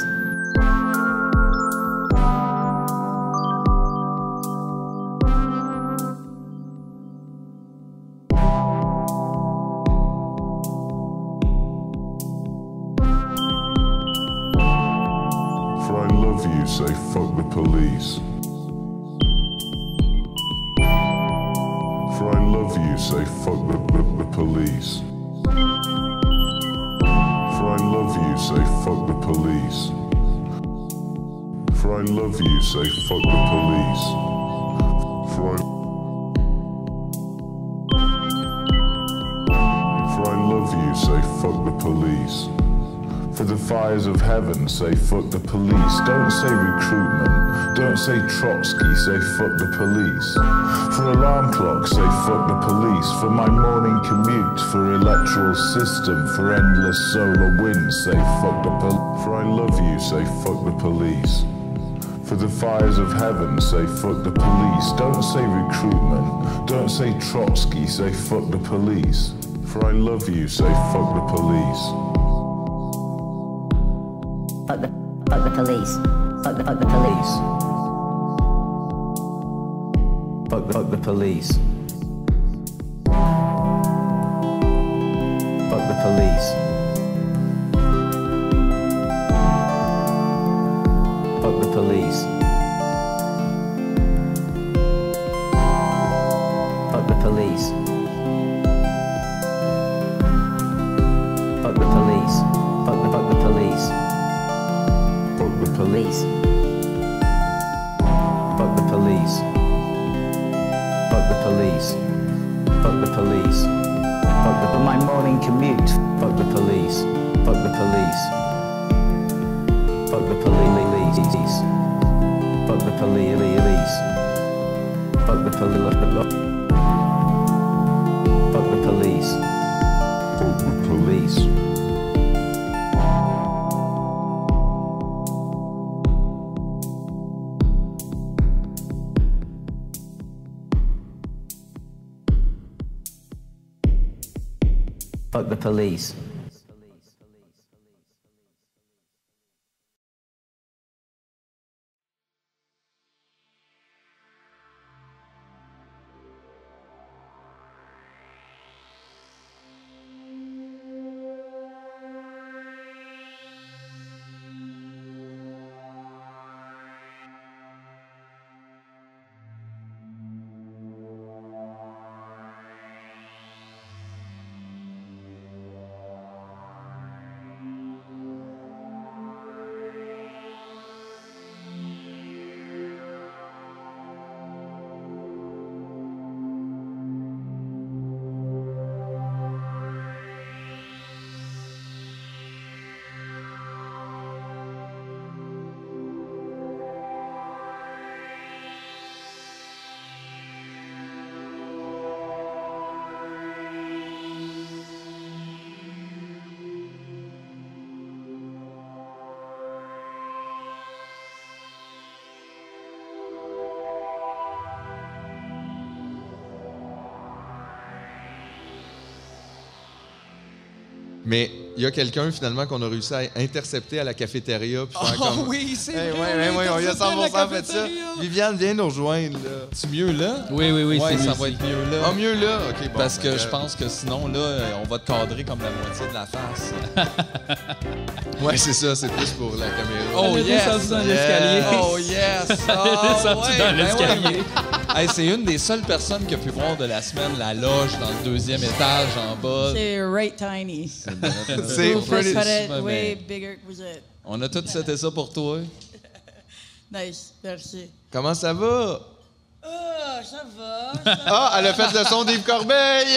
For I love you, say fuck the police. For I love you, say fuck the, the, the police. For I love you, say fuck the police. For I love you, say fuck the police. For I For I love you, say fuck the police. For the fires of heaven, say fuck the police. Don't say recruitment, don't say Trotsky, say fuck the police. For alarm clock, say fuck the police. For my morning commute, for electoral system, for endless solar wind, say fuck the police. For I love you, say fuck the police. For the fires of heaven, say fuck the police. Don't say recruitment, don't say Trotsky, say fuck the police. For I love you, say fuck the police. Fuck the, fuck the police. Fuck the, fuck the police. Fuck the, fuck the police. police. Fuck the police. Fuck the police. Fuck the police. Fuck the fuck the police. Fuck the police. Fuck the police. Fuck the police. Fuck the police. Fuck the my morning commute. Fuck the police. Fuck the police. Fuck the police. Fuck the police. Fuck the police. Fuck the police. Fuck the police. Fuck the police. Mais il y a quelqu'un, finalement, qu'on a réussi à intercepter à la cafétéria. Puis faire Oh comme... oui, c'est hey, vrai. ouais, ouais, ouais, on y a cent pour cent fait ça. Viviane, viens nous rejoindre, là. C'est mieux là? Oui, oui, oui, Ouais, c'est ça mieux va ici. être mieux là. Ah, mieux là? OK, bon. Parce que ben, je euh, pense que sinon, là, on va te cadrer comme la moitié de la face. Ouais, c'est ça, c'est plus pour la caméra. Oh Elle est yes! descendue dans l'escalier. Oh yes! Elle est Oh, descendue ouais, dans ben l'escalier. ouais. Hey, c'est une des seules personnes qui a pu voir de la semaine la loge dans le deuxième étage en bas. C'est right tiny. C'est Vous pretty... faites mais- way bigger que vous êtes. On a tout c'était ça pour toi. Nice, merci. Comment ça va? Oh, ça va. Ça... Ah, elle a fait le son d'Yves Corbeil!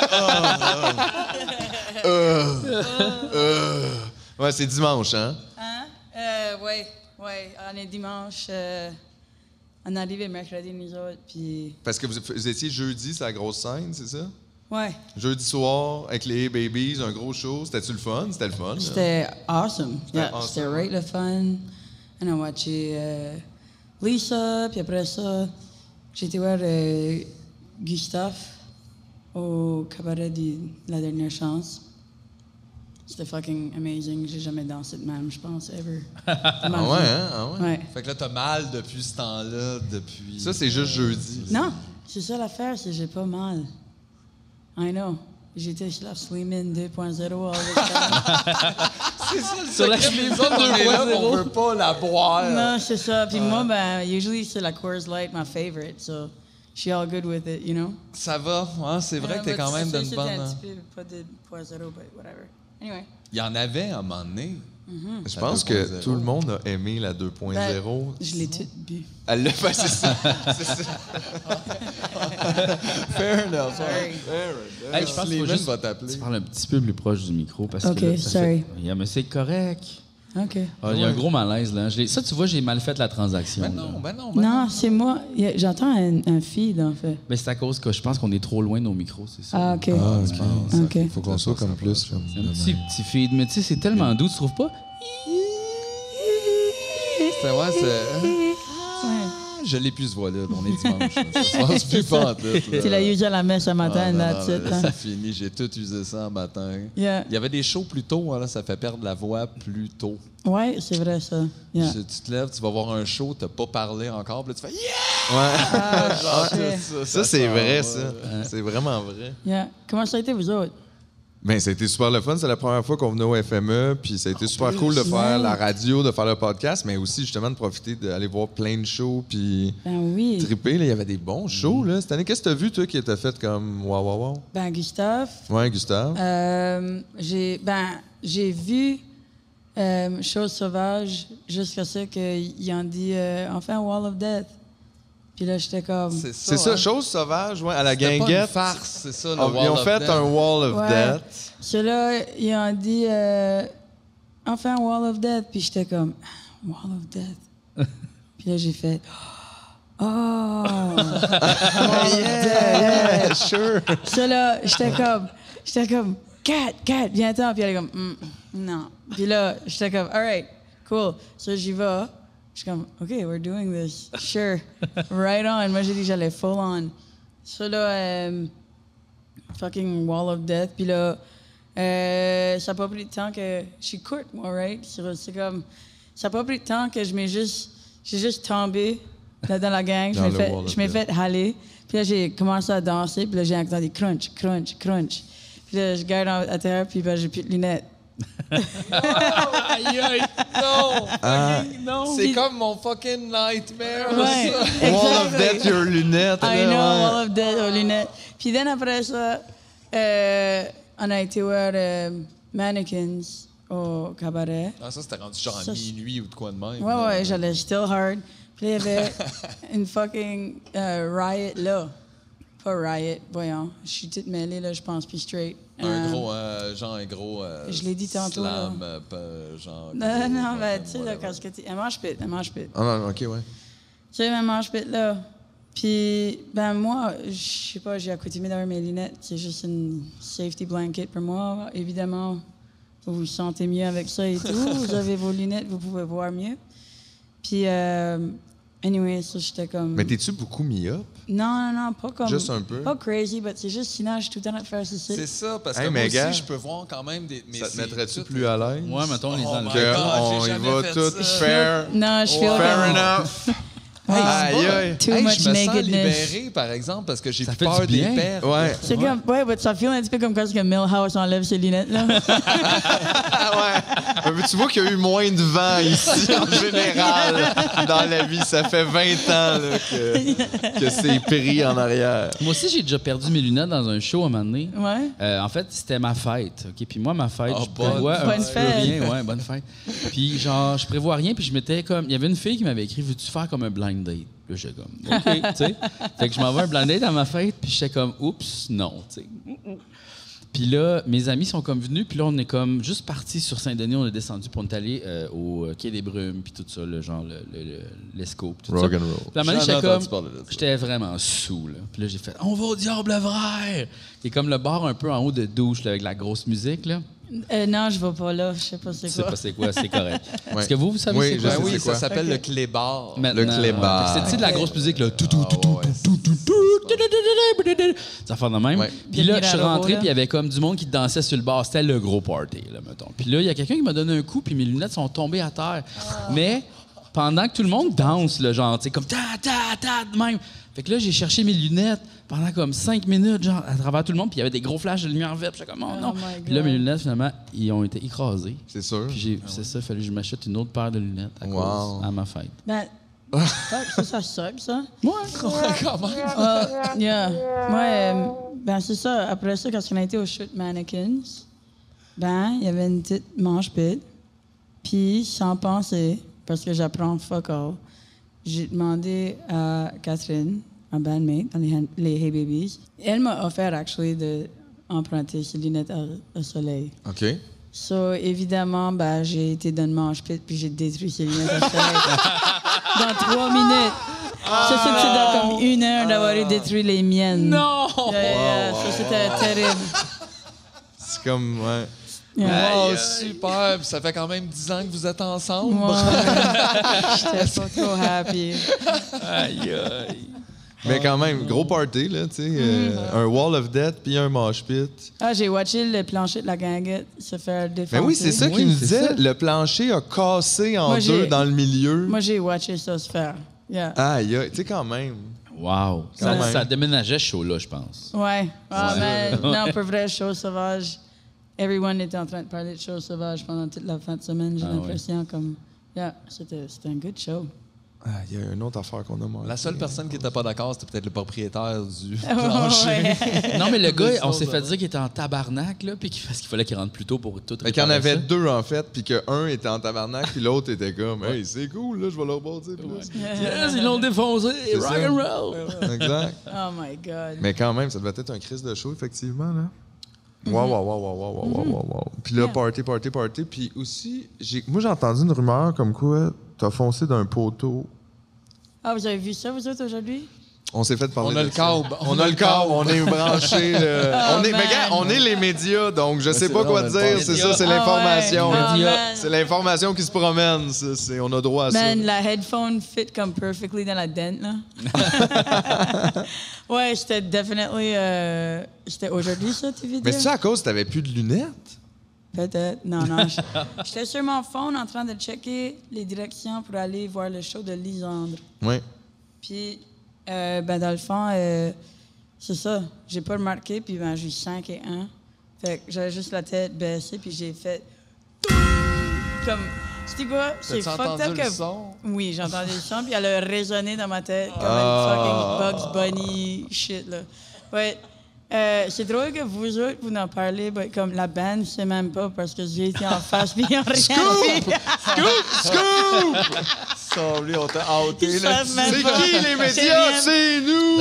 Euh, euh. Ouais, c'est dimanche, hein? Hein? Euh, ouais, ouais. On est dimanche. Euh, on est arrivé mercredi, nous autres, puis... Parce que vous, vous étiez jeudi, c'est la grosse scène, c'est ça? Ouais. Jeudi soir, avec les Babies, un gros show. C'était-tu le fun? C'était le fun. là? C'était awesome. Yeah, awesome. C'était right le fun. On a watché euh, Lisa, puis après ça, j'ai été voir euh, Gustave au cabaret de La Dernière Chance. C'était fucking amazing. J'ai jamais dansé de même, je pense, ever. Ah ouais, hein? Ah ouais? Ouais. Fait que là, t'as mal depuis ce temps-là, depuis... Ça, c'est juste jeudi. Non, c'est ça l'affaire, c'est que j'ai pas mal. I know. J'étais sur la Swimming deux point zéro all the time. C'est ça le Sur la secret. Les Slim autres, on est là, deux point zéro. on veut pas la boire. Non, c'est ça. Puis moi, ben, usually c'est la Coors Light, my favorite. So, she all good with it, you know? Ça va, hein? C'est vrai Ouais, que t'es but quand même ça, d'une c'était bonne... un petit peu, pas de deux point zéro, but whatever. Anyway. Il y en avait à un moment donné. Je La pense deux point que zéro. tout le monde a aimé la deux point Ben, zéro. je l'ai toute bu. Elle l'a fait, c'est ça. C'est ça. Fair enough. Sorry. Hey, je pense qu'il faut Slimane juste va t'appeler. tu parles un petit peu plus proche du micro parce Ok, que là, ça sorry. fait- Yeah, mais c'est correct. OK. Ah, il y a un gros malaise là. Je l'ai- ça, tu vois, j'ai mal fait la transaction. Ben là. non, ben non, ben Non, c'est moi. Il y a- J'entends un, un feed, en fait. Ben, c'est à cause que je pense qu'on est trop loin de nos micros, c'est ça. Ah, OK. OK. Faut qu'on soit comme plus. Comme... Un petit, petit feed, mais tu sais, c'est tellement doux, tu trouves pas? C'est ouais, c'est... Ouais. Je l'ai plus, ce voix-là. On est dimanche. Ça se passe plus pas en tête. Tu l'as usé à la messe ce matin, that's it. hein. C'est fini. J'ai tout usé ça en matin. Yeah. Il y avait des shows plus tôt. Hein, là, ça fait perdre la voix plus tôt. Ouais, c'est vrai, ça. Yeah. Tu, tu te lèves, tu vas voir un show, t'as pas parlé encore, puis là, tu fais « Yeah! Ouais. Ah, Genre, shit. ça, Ça, c'est s'en vrai, va. ça. C'est vraiment vrai. Yeah. Comment ça a été, vous autres? Ben, ça a été super le fun. C'est la première fois qu'on venait au F M E, puis ça a été super cool de faire la radio, de faire le podcast, mais aussi justement de profiter d'aller voir plein de shows, puis Ben oui. triper. Là, il y avait des bons shows là cette année. Qu'est-ce que t'as vu toi qui était fait comme wow wow wow? Ben, Gustave. Ouais, Gustave. Euh, j'ai ben j'ai vu euh, Chose sauvage jusqu'à ce qu'ils ont dit euh, enfin Wall of Death. Puis là j'étais comme C'est ça. C'est ça, hein? chose sauvage, ouais, à la C'était pas une guinguette. farce, c'est ça, le Ah, Wall ils ont of fait Death. un Wall of Ouais. Death. Ceux-là, ils ont dit euh, enfin Wall of Death. Puis j'étais comme Wall of Death. Puis là j'ai fait oh Wall of Death. Yeah, sure. Ceux-là, j'étais comme j'étais comme Cat, Cat, viens-t'en. Puis elle est comme mm, non. Puis là j'étais comme all right, cool. So j'y vais. Je suis comme, OK, we're doing this. Sure. Right on. Moi, j'ai dit que j'allais full on. Ça, là, euh, fucking Wall of Death. Puis là, euh, ça n'a pas pris de temps que... Je suis courte, moi, right? C'est c'est comme... Ça n'a pas pris de temps que je m'ai juste... J'ai juste tombé là, dans la gang. Je Dans m'ai le fait, Wall of je m'ai Death. fait haler. Puis là, j'ai commencé à danser. Puis là, j'ai entendu crunch, crunch, crunch. Puis là, je garde en- à terre. Puis ben, j'ai plus de lunettes. Aïe, aïe, non! Ah. Non. C'est comme mon fucking nightmare, Ouais, ça. Wall of exactly. Death, your lunettes. I là, know, ouais. Wall of Death aux lunettes. Puis then après ça, euh, on a été voir euh, Mannequins au cabaret. Ah, ça, c'était rendu genre à Ça, minuit ou de quoi de même. Ouais, là. ouais, j'allais still hard. Puis là, il y avait une fucking euh, riot là. Pas riot, voyons. Je suis toute mêlée, là, je pense, puis straight. Un Euh, gros, euh, genre un gros. euh, Je l'ai dit tantôt, Slam, là. euh, pas- genre. Non, gros, non, ben, fucking tu sais, là, whatever. quand ce que tu... Elle mange pit, elle mange pit. Ah non, ok, ouais. Tu sais, elle mange pit, là. Puis, ben, moi, je sais pas, j'ai accoutumé d'avoir mes lunettes. C'est juste une safety blanket pour moi. Évidemment, vous vous sentez mieux avec ça et tout. Vous avez vos lunettes, vous pouvez voir mieux. Puis, euh, anyway, ça, j'étais comme... Mais t'es-tu beaucoup myope? Non, non, non, pas comme... Juste un peu? Pas crazy, mais c'est juste sinon, je suis tout le temps à faire ceci. C'est ça, parce que Hey, moi mais aussi, gars, je peux voir quand même des. Mais Ça te c'est mettrait-tu tout- plus à l'aise? Ouais, mettons les Oh my enlever. Que God, on j'ai y jamais va fait tout ça. faire. Non, je feel Fair comme... enough. Ouais, Aïe, aïe. Too Hey, much je me sens nakedness. libéré, par exemple, parce que j'ai Ça plus fait peur du bien. des pertes. Ouais. C'est comme... Ouais, mais ça feel un petit peu comme quand Milhouse enlève ses lunettes, là. Ah ouais. Mais tu vois qu'il y a eu moins de vent ici, en général, dans la vie. Ça fait vingt ans là, que, que c'est pris en arrière. Moi aussi, j'ai déjà perdu mes lunettes dans un show à un moment donné. Ouais. Euh, en fait, c'était ma fête. OK? Puis moi, ma fête, Oh, je bonne prévois un Bonne petit peu fête. rien. Ouais, bonne fête. Puis genre, je prévois rien. Puis je m'étais comme... Il y avait une fille qui m'avait écrit « Veux-tu faire comme un blind date? » Là, j'étais comme « OK. » tu sais. Fait que je m'envoie un blind date à ma fête. Puis j'étais comme « Oups, non. » tu sais. Puis là, mes amis sont comme venus, puis là, on est comme juste partis sur Saint-Denis, on est descendu pour nous aller euh, au Quai des Brumes, puis tout ça, le genre, le, le, le- l'escope, tout Rock ça. and roll. Puis à un moment donné, Jamais j'étais entendu comme... parler de ça. J'étais vraiment sous, là. Puis là, j'ai fait « On va au Diable Vrai! » Et comme le bar un peu en haut de douche, là, avec la grosse musique, là. Euh, non, je vais pas là. Je sais pas c'est Je sais quoi. pas c'est quoi, c'est correct. Ouais. Est-ce que vous, vous savez Oui, c'est je quoi? sais Ben oui, c'est ça quoi. s'appelle Ok. le clébar. Maintenant, Le clébar. ouais. Fait que C'est-tu de la Ok. grosse musique, là? Tout, tout, tout, Ah, tout, ouais, tout, tout, tout, ça fait de même. Ouais. Puis là, je suis Devenir à rentré, l'euro, puis il y avait comme du monde qui dansait sur le bar. C'était le gros party, là, mettons. Puis là, il y a quelqu'un qui m'a donné un coup, puis mes lunettes sont tombées à terre. Mais pendant que tout le monde danse, là, genre, tu sais, comme ta, ta, ta, de même. Fait que là, j'ai cherché mes lunettes pendant comme cinq minutes, genre, à travers tout le monde, puis il y avait des gros flashs de lumière verte. Puis j'étais comme, oh non. Oh my Puis là, God. mes lunettes, finalement, ils ont été écrasées. C'est sûr. Puis j'ai, c'est ça, il fallait que je m'achète une autre paire de lunettes à, Wow. cause, à ma fête. Ben, ça, ça suck, ça. Ouais. Quand même. Uh, yeah. Moi, euh, ben c'est ça. Après ça, quand on a été au shoot Mannequins, ben, il y avait une petite manche pit. Puis, sans penser, parce que j'apprends fuck all, j'ai demandé à Catherine, ma bandmate, dans les, Han- les Hey Babies. Elle m'a offert, actually, d'emprunter ses lunettes à- au soleil. OK. So, évidemment, ben, j'ai été dans une manche pit, puis j'ai détruit ses lunettes au soleil. Dans trois minutes. Ça, c'est que c'est dans comme une heure d'avoir eu détruit les miennes. Non! Yeah, yeah, ça, c'était terrible. C'est comme, ouais. Yeah. Oh, super. Puis ça fait quand même dix ans que vous êtes ensemble. Ouais. J'étais pas trop happy. Aïe, aïe. Mais quand même, gros party, là, tu sais. euh, un Wall of Death puis un mosh pit. Ah, j'ai watché le plancher de la guinguette se faire défoncer. Mais oui, c'est ça Oui, qu'il nous c'est disait. ça. Le plancher a cassé en Moi, deux j'ai- dans le milieu. Moi, j'ai watché ça se faire. Yeah. Aïe, aïe, tu sais, quand même. Wow. Quand Ça, même. ça déménageait chaud, là, je pense. Ouais. Ah, Ouais. mais non, pour vrai, chose sauvage. everyone était en train de parler de choses sauvages pendant toute la fin de semaine. J'ai Ah, l'impression comme, yeah, c'était, c'était un good show. Ah, il y a une autre affaire qu'on a manqué. La seule personne qui n'était pas d'accord, c'était peut-être le propriétaire du Ouais. plancher. Non, mais le gars, on s'est choses, fait hein. dire qu'il était en tabarnak, là, puis qu'il parce qu'il fallait qu'il rentre plus tôt pour tout Fait qu'il y en réparer avait ça. deux, en fait, puis qu'un était en tabarnak, puis l'autre était comme, hey, c'est cool, là, je vais leur rebâtir plus. Yes, ils l'ont défoncé, C'est rock ça. and roll. Exact. Oh my God. Mais quand même, ça devait être un crise de show, effectivement, là. Wow, wow, wow, wow, wow, wow, wow, wow, wow. Puis là, Yeah. party, party, party. Puis aussi, j'ai, moi, j'ai entendu une rumeur comme quoi t'as foncé d'un poteau. Ah, vous avez vu ça, vous autres, aujourd'hui? On s'est fait parler On a de le ça. câble. On a le câble, on est branché. là. Oh, on est, mais man. gars, on est les médias, donc je sais c'est pas vrai, quoi on a te le dire. pas. C'est Médias. ça, c'est Ah, l'information. ouais. Oh, Médias. man. C'est l'information qui se promène. ça, c'est, on a droit à Man, ça. la headphone fit comme perfectly dans la dent, là. Ouais, c'était definitely... euh, c'était aujourd'hui, ça, tu veux dire? Mais c'est ça à cause que t'avais plus de lunettes? Peut-être. Non, non. j'- J'étais sur mon phone en train de checker les directions pour aller voir le show de Lisandre. Oui. Puis, euh, ben, dans le fond, euh, c'est ça. J'ai pas remarqué, puis ben, j'ai eu cinq et un. Fait que j'avais juste la tête baissée, puis j'ai fait... Comme... C'était quoi? C'est T'as-tu fucked up entendu que... le son? Oui, j'ai entendu le son, puis elle a résonné dans ma tête comme Ah. une fucking Bugs Bunny shit, là. Ouais. Euh, c'est drôle que vous autres, vous en parlez, but comme la band, je sais même pas, parce que j'ai été en face, puis ils ont rien Scoop! dit. Scoop! Ça, lui, on t'a outé Ils là. savent même C'est pas. qui les C'est médias? rien. C'est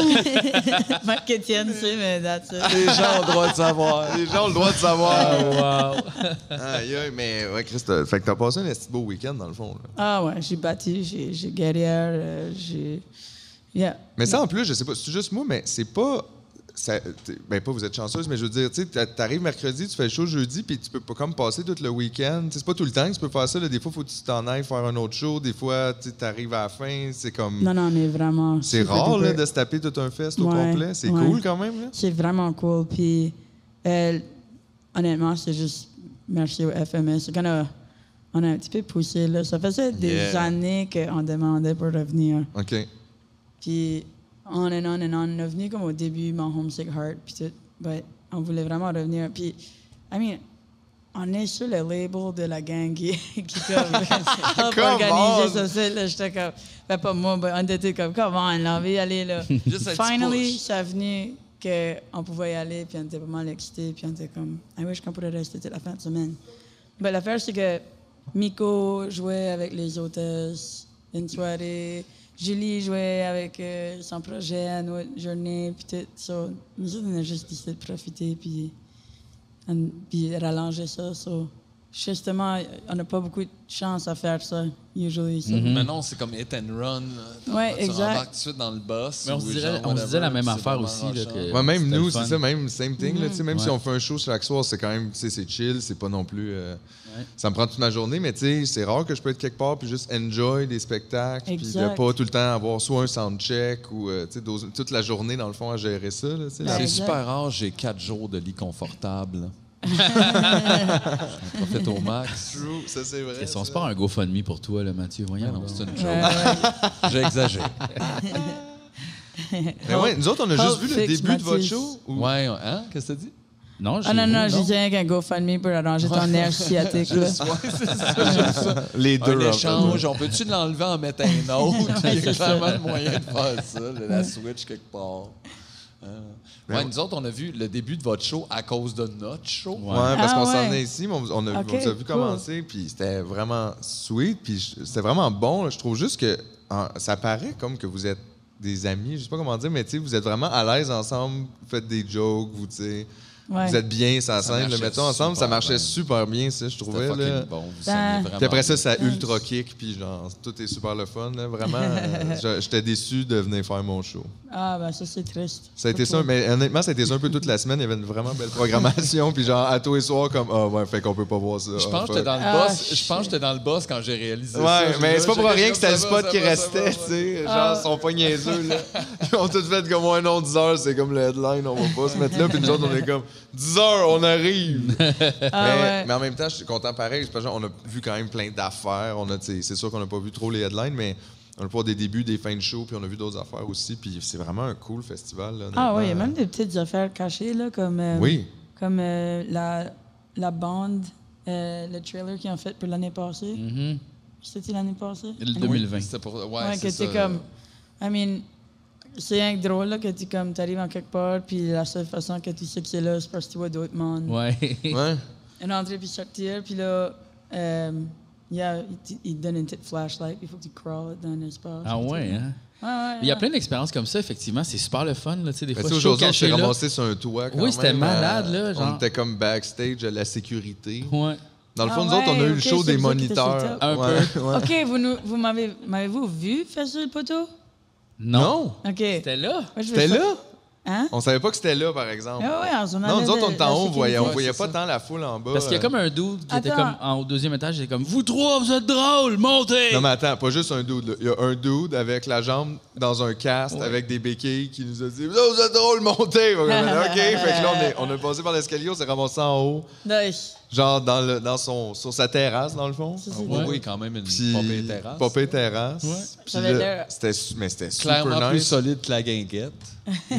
nous! Marc Étienne, c'est, mais that's it. Les gens ont le droit de savoir. Les gens ont le droit de savoir. Wow. Aïe, aïe, mais ouais, Chris, t'as- fait que t'as passé un esti de beau week-end, dans le fond. Là. Ah ouais, j'ai battu, j'ai, j'ai guerrière, euh, j'ai... Yeah. Mais ça, en plus, je sais pas, c'est juste moi, mais c'est pas... Ça, t'es- ben pas vous êtes chanceuse, mais je veux dire, tu sais, t'a- t'arrives mercredi, tu fais le show jeudi, puis tu peux pas comme passer tout le week-end. Tu sais, c'est pas tout le temps que tu peux faire ça. Là. Des fois, il faut que tu t'en ailles faire un autre show. Des fois, tu arrives à la fin, c'est comme... Non, non, mais vraiment... c'est super rare là, duper. de se taper tout un fest au Ouais, complet. C'est ouais. cool quand même. Là. C'est vraiment cool. Puis, euh, honnêtement, c'est juste merci au F M S. C'est qu'on a, on a un petit peu poussé. Là. Ça faisait des Yeah. années qu'on demandait pour revenir. OK. Puis, on and on and on. On est venu comme au début, mon Homesick Heart, puis tout. But on voulait vraiment revenir. Puis, I mean, on est sur le label de la gang qui, qui comme, a Come organisé on! ça. c'est- Là, j'étais comme, ben pas moi, mais on était comme, come on, là, on veut y aller, là. Juste un petit Finally, push. ça a venu qu'on pouvait y aller, puis on était pas mal excités, puis on était comme, I wish qu'on pourrait rester toute la fin de semaine. Mais l'affaire, c'est que Miko jouait avec les hôtesses une soirée. Julie jouait avec euh, son projet à notre journée, puis tout. So, nous autres, on a juste décidé de profiter, puis, on- puis rallonger ça. So, justement, on n'a pas beaucoup de chance à faire ça, usually. So. Mais non, c'est comme hit and run. là. Ouais, tu exact. rembarques tout de suite dans le boss. Mais on ou se genre dirait, on se whatever, disait la même puis affaire c'est aussi. vraiment Là, rushant. que Ouais, même c'était nous, le c'est fun. ça, même same thing. Là, tu sais, même si Ouais. on fait un show chaque soir, c'est quand même, tu sais, c'est chill, c'est pas non plus. euh, Ça me prend toute ma journée, mais tu sais, c'est rare que je peux être quelque part puis juste enjoy des spectacles, puis de Exact. pas tout le temps avoir soit un soundcheck ou euh, tu sais, dose- toute la journée dans le fond à gérer ça. Là, tu sais, la- C'est Exact. super rare, j'ai quatre jours de lit confortable. J'en profite au max. True, ça c'est vrai. Ils on se ça. part un GoFundMe pour toi, là, Mathieu. Voyons. Ah non, donc. c'est une Ouais, joke. ouais. J'exagère. Mais ouais, nous autres, on a juste Help vu le fix début de votre Mathis. show. ou- Ouais, hein? Qu'est-ce que t'as dit? Non, j'ai Ah non, non, vu, je disais rien qu'un GoFundMe pour arranger ton nerf sciatique. Là. Juste, ouais, c'est ça, juste ça. Les deux. Un en fait. échange, on peut-tu l'enlever en mettre un autre? Il y a c'est clairement ça. le moyen de faire ça, là, la switch quelque part. Euh, Mais ouais, ouais. nous autres, on a vu le début de votre show à cause de notre show. Ouais, parce Ah qu'on s'en ouais. venait ici, mais on, on a, Ok, on vous a vu cool. commencer, puis c'était vraiment sweet, puis je- c'était vraiment bon. là. Je trouve juste que en- ça paraît comme que vous êtes des amis, je sais pas comment dire, mais tu sais, vous êtes vraiment à l'aise ensemble, vous faites des jokes, vous, tu sais, Ouais. vous êtes bien sur la Ça scène, le marchait mettons ensemble, ça super marchait bien. super bien, ça, je C'était trouvais. fucking Là. bon. Vous Ben, sonnez vraiment Puis après ça, ça bien. ultra kick, puis genre, tout est super le fun, là, vraiment. euh, je- J'étais déçu de venir faire mon show. Ah, ben ça, c'est triste. Ça a été ça, mais honnêtement, ça a été ça un peu toute la semaine. Il y avait une vraiment belle programmation. Puis genre, à tous les soirs, comme, ah ouais, fait qu'on peut pas voir ça. Je Ah, pense que j'étais fuck. dans le Ah, boss. Je shit. pense que j'étais dans le boss quand j'ai réalisé ça. Ouais, J'ai mais dit, c'est pas pour j'ai rien comme, que c'était le ça spot va, qui ça va, ça restait, va, tu sais. Genre, Ah. ils sont pas niaiseux, là. Ils ont tous fait comme un nom dix heures, c'est comme le headline, on va pas se mettre là. Puis nous autres, on est comme dix heures, on arrive. Ah, mais, ouais. mais en même temps, je suis content pareil. parce que, genre, on a vu quand même plein d'affaires. On a, tu sais, c'est sûr qu'on n'a pas vu trop les headlines, mais on a pas des débuts, des fins de show, puis on a vu d'autres affaires aussi. Puis c'est vraiment un cool festival. Là, Ah oui, il y a honnêtement. même des petites affaires cachées, là, comme, euh, Oui. comme euh, la, la bande, euh, le trailer qu'ils ont fait pour l'année passée. Mm-hmm. C'était l'année passée? Le deux mille vingt. C'était pour... Ouais, Ouais, c'est que ça. t'es comme... I mean, c'est un drôle là, que tu comme, t'arrives en quelque part, puis la seule façon que tu sais que c'est là, c'est parce que tu vois d'autres mondes. Ouais. Ouais. Une entrée puis sortir, puis là, euh, yeah, il, t- il te donne une petite flashlight, puis il faut que tu crawles dans l'espace. Ah ouais, hein? Ouais, ouais. Il y a ouais. plein d'expériences comme ça, effectivement. C'est super le fun, là, tu sais, des Mais fois, tu sais, show aujourd'hui, on caché, s'est là. ramassé sur un toit quand Oui, c'était même, malade, euh, là, genre. On était comme backstage à la sécurité. Ouais. Dans le Ah fond, nous autres, on a ouais, eu ok, le show c'est des vous autres qui étiez sur le moniteurs. top. Un Ouais, peu. ouais. OK, vous, nous, vous m'avez, m'avez-vous vu faire sur le poteau? Non. Non, OK. C'était là. Moi, je veux c'était faire- là. Hein? On savait pas que c'était là, par exemple. Ah ouais, on s'en non, allait nous autres, de- on était la en haut, on voyait, on sécurité. voyait c'est pas ça. tant la foule en bas. Parce qu'il y a euh. comme un dude qui était Attends. comme en, au deuxième étage, il était comme « Vous trois, vous êtes drôles, montez! » Non, mais attends, pas juste un dude. là. Il y a un dude avec la jambe dans un cast, avec des béquilles, qui nous a dit « Vous êtes drôle, montez! » OK, fait que là, on, est- on a passé par l'escalier, on s'est ramassé en haut, Nice. genre dans, le, dans son, sur sa terrasse, dans le fond. Ça, Ah, c'est oui, drôle. oui, quand même, une Puis, popée terrasse. popée terrasse. Ouais. Puis Ça avait là, l'air- c'était su- mais c'était super Clairement plus nice. solide que la guinguette. ben,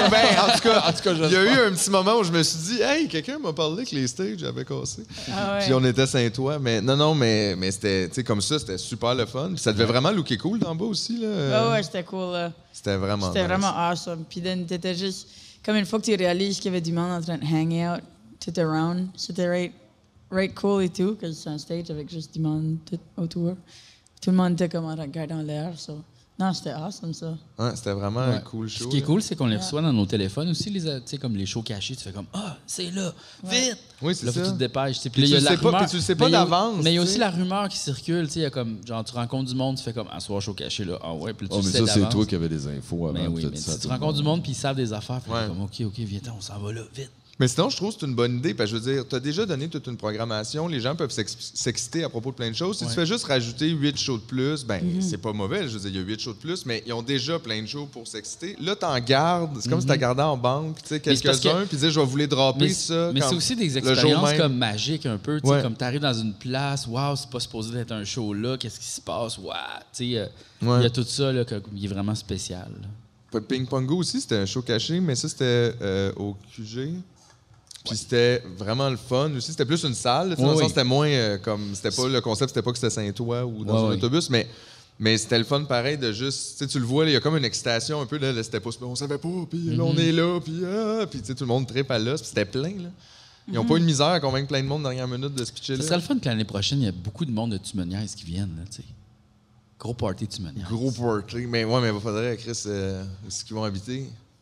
en tout cas, En tout cas, il y a eu un petit moment où je me suis dit, hey, quelqu'un m'a parlé que les stages avaient cassé. Ah ouais. Puis on était Saint-Ouen. Mais non, non, mais, mais c'était, tu sais, comme ça, c'était super le fun. Puis ça devait vraiment looker cool d'en bas aussi, là. Ah ouais, c'était cool, là. C'était vraiment C'était nice. vraiment awesome. Puis then, t'étais juste... Comme une fois que tu réalises qu'il y avait du monde en train de hang out tout around, c'était right, right cool et tout, parce que c'est un stage avec juste du monde tout autour. Tout le monde était comme en regardant l'air, so... Non, c'était awesome, ça. Ouais, c'était vraiment un Ouais. cool show. Ce qui est là. cool, c'est qu'on les reçoit dans nos téléphones aussi, les, tu sais, comme les shows cachés. Tu fais comme « Ah, c'est là, vite! » Oui, c'est Là, faut que ça. tu te dépêches. tu sais. Puis Puis là, il y a tu la le sais pas- rumeur. puis tu le sais pas mais il y a- d'avance, Mais il y a tu aussi sais. la rumeur qui circule. Tu sais, il y a comme, genre, tu rencontres du monde, tu fais comme « Ah, soir show caché, là. Ah ouais, puis là, tu Oh, mais sais ça, c'est d'avance. toi qui avais des infos avant. Mais oui, tout mais ça, si tu tout le rencontres du monde. monde, puis ils savent des affaires, puis Ouais. comme « OK, OK, viens on s'en va là, vite. » Mais sinon, je trouve que c'est une bonne idée, parce que je veux dire, tu as déjà donné toute une programmation, les gens peuvent s'ex- s'exciter à propos de plein de choses. Si Ouais. tu fais juste rajouter huit shows de plus, ben Mm-hmm. c'est pas mauvais, je veux dire, il y a huit shows de plus, mais ils ont déjà plein de shows pour s'exciter. Là, t'en gardes, c'est comme si t'as gardé en banque, tu sais, Mm-hmm. Mais c'est parce quelques-uns, que- puis dire, je vais vous les dropper, Mais, ça. mais quand- c'est aussi des le jour expériences même. comme magiques un peu. Tu sais, Ouais. comme tu arrives dans une place, waouh, c'est pas supposé d'être un show là, qu'est-ce qui se passe, waouh. Tu sais, euh, il Ouais. y a tout ça là, que- qui est vraiment spécial. là. Ping Pongo aussi, c'était un show caché, mais ça, c'était euh, au Q G. Puis c'était vraiment le fun aussi. C'était plus une salle. tu sais, Oui, dans le oui. sens, c'était moins euh, comme. C'était pas le concept, c'était pas que c'était Saint-Ouen ou dans Ouais, un oui. autobus, mais. Mais c'était le fun pareil de juste. Tu sais, tu le vois, là, il y a comme une excitation un peu. Là, là, c'était pas. On savait pas, puis là, Mm-hmm. on est là, puis. Ah, puis tu sais, tout le monde tripe à l'os, puis c'était plein, là. Ils n'ont pas eu de misère à convaincre plein de monde dernière minute de se pitcher Ce là. serait le fun que l'année prochaine, il y a beaucoup de monde de Tumoniaise qui viennent. Là, tu sais. Gros party de Tumoniaise. Gros party. Mais ouais, mais il faudrait, Chris, euh, où est-ce qu'ils vont habiter?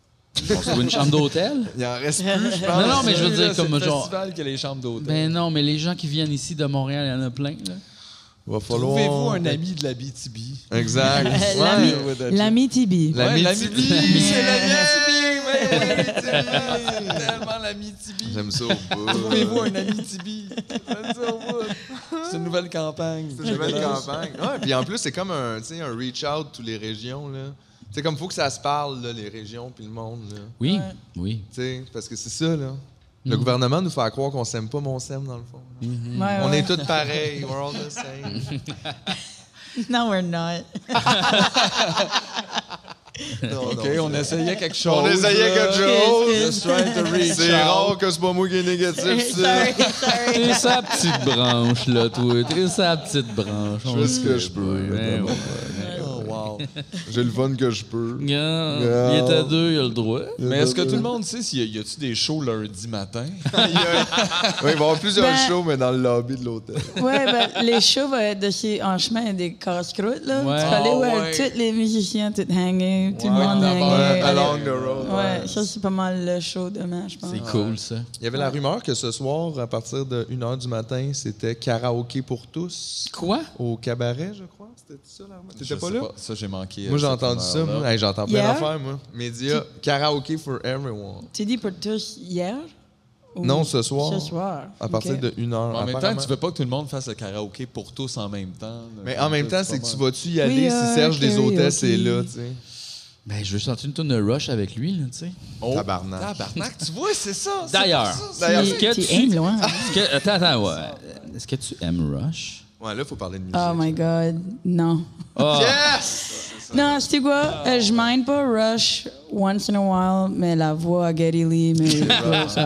On se loue une chambre d'hôtel? Il en reste plus, je pense. Non, non, mais je veux Là, dire, c'est comme le genre. festival qui a les chambres d'hôtel. Ben non, mais les gens qui viennent ici de Montréal, il y en a plein. Là. Va falloir. Trouvez-vous un ami de la B T B. Exact. Euh, Ouais. l'ami- L'ami Tibi. La Ouais, Mitibi. l'Ami- c'est l'ami Tibi. Tellement l'ami Tibi. J'aime ça au bout. Trouvez-vous un ami Tibi. J'aime ça au bout. C'est une nouvelle campagne. C'est une nouvelle campagne. Ouais, puis en plus, c'est comme un, tu sais, un reach-out toutes les régions. Là. Tu sais, comme il faut que ça se parle, là, les régions puis le monde. Là. Oui, Ouais. oui. Tu sais, parce que c'est ça, là. Le gouvernement nous fait croire qu'on s'aime pas, mais on s'aime dans le fond. là. Ouais, On ouais. est tous pareils. We're all the same. No, we're not. Non, OK, non, on essayait quelque chose. On essayait là. quelque chose. Just trying to reach C'est out. rare que c'est pas moi qui est négatif, ça. sorry, sorry. T'es sa petite branche, là, toi. T'es sa petite branche. Je On fais le ce que sait je pas. peux. Ben ouais. Oh, wow. J'ai le fun que je peux. Regarde, Regarde. il est à deux, il a le droit. Mais est-ce que tout le monde sait s'il y a, y a-tu des shows lundi matin? Il y a- Oui, il va y avoir plusieurs Ben- shows, mais dans le lobby de l'hôtel. Ouais, ben, les shows vont être de chez En chemin, il y a des casse-croûtes, là. Ouais. Tu peux aller Ah, voir ouais. tous les musiciens, tout hanger, tout le Ouais, monde d'abord, hanger. Ouais, aller- along the road. Ouais, ça, c'est pas mal le show demain, je pense. C'est cool, ça. Il y avait la rumeur que ce soir, à partir de une heure du matin, c'était karaoké pour tous Quoi? au cabaret, je crois. C'était ça, la rumeur? Je T'étais pas sais là? Ça, j'ai manqué. Moi, euh, j'ai cette entendu ça. rumeur-là. Moi. Hey, j'entends plein Hier? d'affaires, moi. Média, karaoké for everyone. Tu dis pour tous hier? Ou- Non, ce soir. Ce soir. À partir Ok. de une heure. Mais en même temps, apparemment. tu veux pas que tout le monde fasse le karaoké pour tous en même temps. là. Mais en même temps, c'est que tu vas-tu y aller Oui, si euh, Serge des karaoké. Hôtesses est là, tu sais? Ben, je veux sortir une tonne de Rush avec lui, là, tu sais. Oh, Tabarnak. Tabarnak, tu vois, c'est ça. c'est D'ailleurs. pour ça, D'ailleurs, Est-ce que Tu tu- aimes loin. Est-ce que- Attends, attends, ouais. Est-ce que tu aimes Rush? Ouais, là, il faut parler de musique. Oh my God, non. Ah, Yes! Non, c'est quoi? Euh, je mind pas Rush once in a while, mais la voix à Geddy Lee me gross out.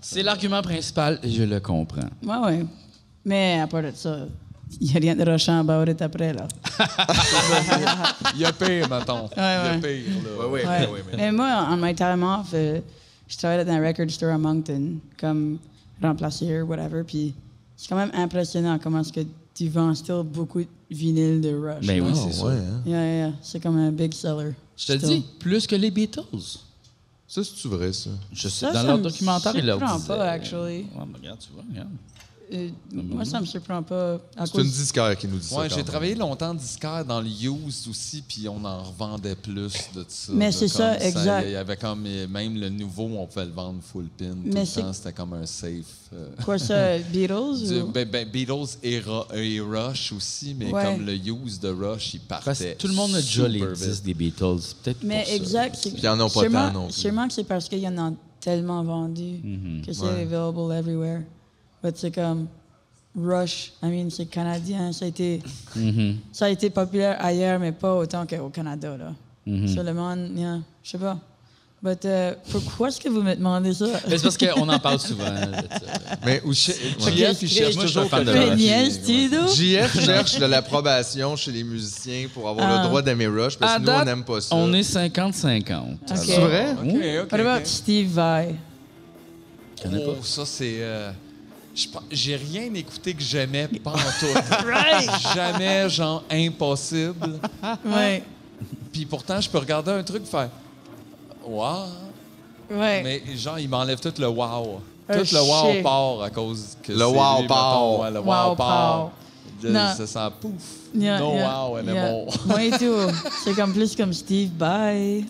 C'est l'argument principal et je le comprends. Ouais, ouais. Mais à part de ça, il n'y a rien de rushant about it après, là. Il y a pire, mettons. Il y a ouais. pire, là. Ouais, ouais, Ouais. ouais, ouais, mais- Mais moi, en my time off, euh, je travaillais dans un record store à Moncton, comme remplacier, whatever, puis c'est quand même impressionnant comment est-ce que tu vends still beaucoup de vinyles de Rush. Ben là. oui, Oh, c'est sûr. ouais, hein. Yeah, yeah, c'est comme un big seller. Je te le still. dis, plus que les Beatles. Ça, c'est-tu vrai, ça? Je sais, Ça, dans ça leur me documentaire, ils leur surprend disaient. pas, actually. Ouais, mais regarde, tu vois, regarde. Euh, moi, ça me surprend pas. À C'est cause... une disquaire qui nous dit ça. Ouais, quand j'ai même. travaillé longtemps disquaire dans le used aussi, puis on en revendait plus de ça. Mais là, c'est comme ça, exact. Il y avait comme euh, même le nouveau, on pouvait le vendre full pin. Tout Mais le c'est- temps, c'était comme un safe. euh, Quoi ça, Beatles? du- ou... ben, ben, Beatles et, Ru- et Rush aussi, mais Ouais. comme le used de Rush, il Parce partait. que tout le monde a déjà les super vite. disques des Beatles. Peut-être Mais pour ça. exact. c'est- Puis ils en ont pas sûrement- tant non plus. Sûrement que c'est parce qu'il y en a tellement vendu que c'est Ouais. available everywhere. Mais c'est comme Rush, I mean, c'est canadien, ça a été, ça a été populaire ailleurs, mais pas autant qu'au Canada, là. Sur le monde, yeah, je sais pas. But, euh, pourquoi est-ce que vous me demandez ça? Mais c'est parce qu'on en parle souvent. de ça. Mais aussi, J F, il cherche Moi, je suis toujours un fan de quelqu'un Rush. qui- Mais niaise, Tito? J F cherche de l'approbation chez les musiciens pour avoir Ah. le droit d'aimer Rush, parce À que nous, on date, n'aime pas ça. On est cinquante cinquante. Ok. C'est vrai? Ok, ok, What about ok. Steve Vai? Je connais pas. Oh, ça, c'est. euh, je pense- J'ai rien écouté que j'aimais pantoute. Jamais, genre, impossible. Ouais, Puis pourtant, je peux regarder un truc et faire. Wow! ouais. Mais genre, il m'enlève tout le wow. Oh, Tout le wow shit. part à cause que Le c'est wow lui, part. mettons, ouais, le wow, Wow part. part. De- Non. Ça sent pouf. Yeah, no yeah, wow yeah. anymore. Moi et tout. C'est comme plus comme Steve Vai.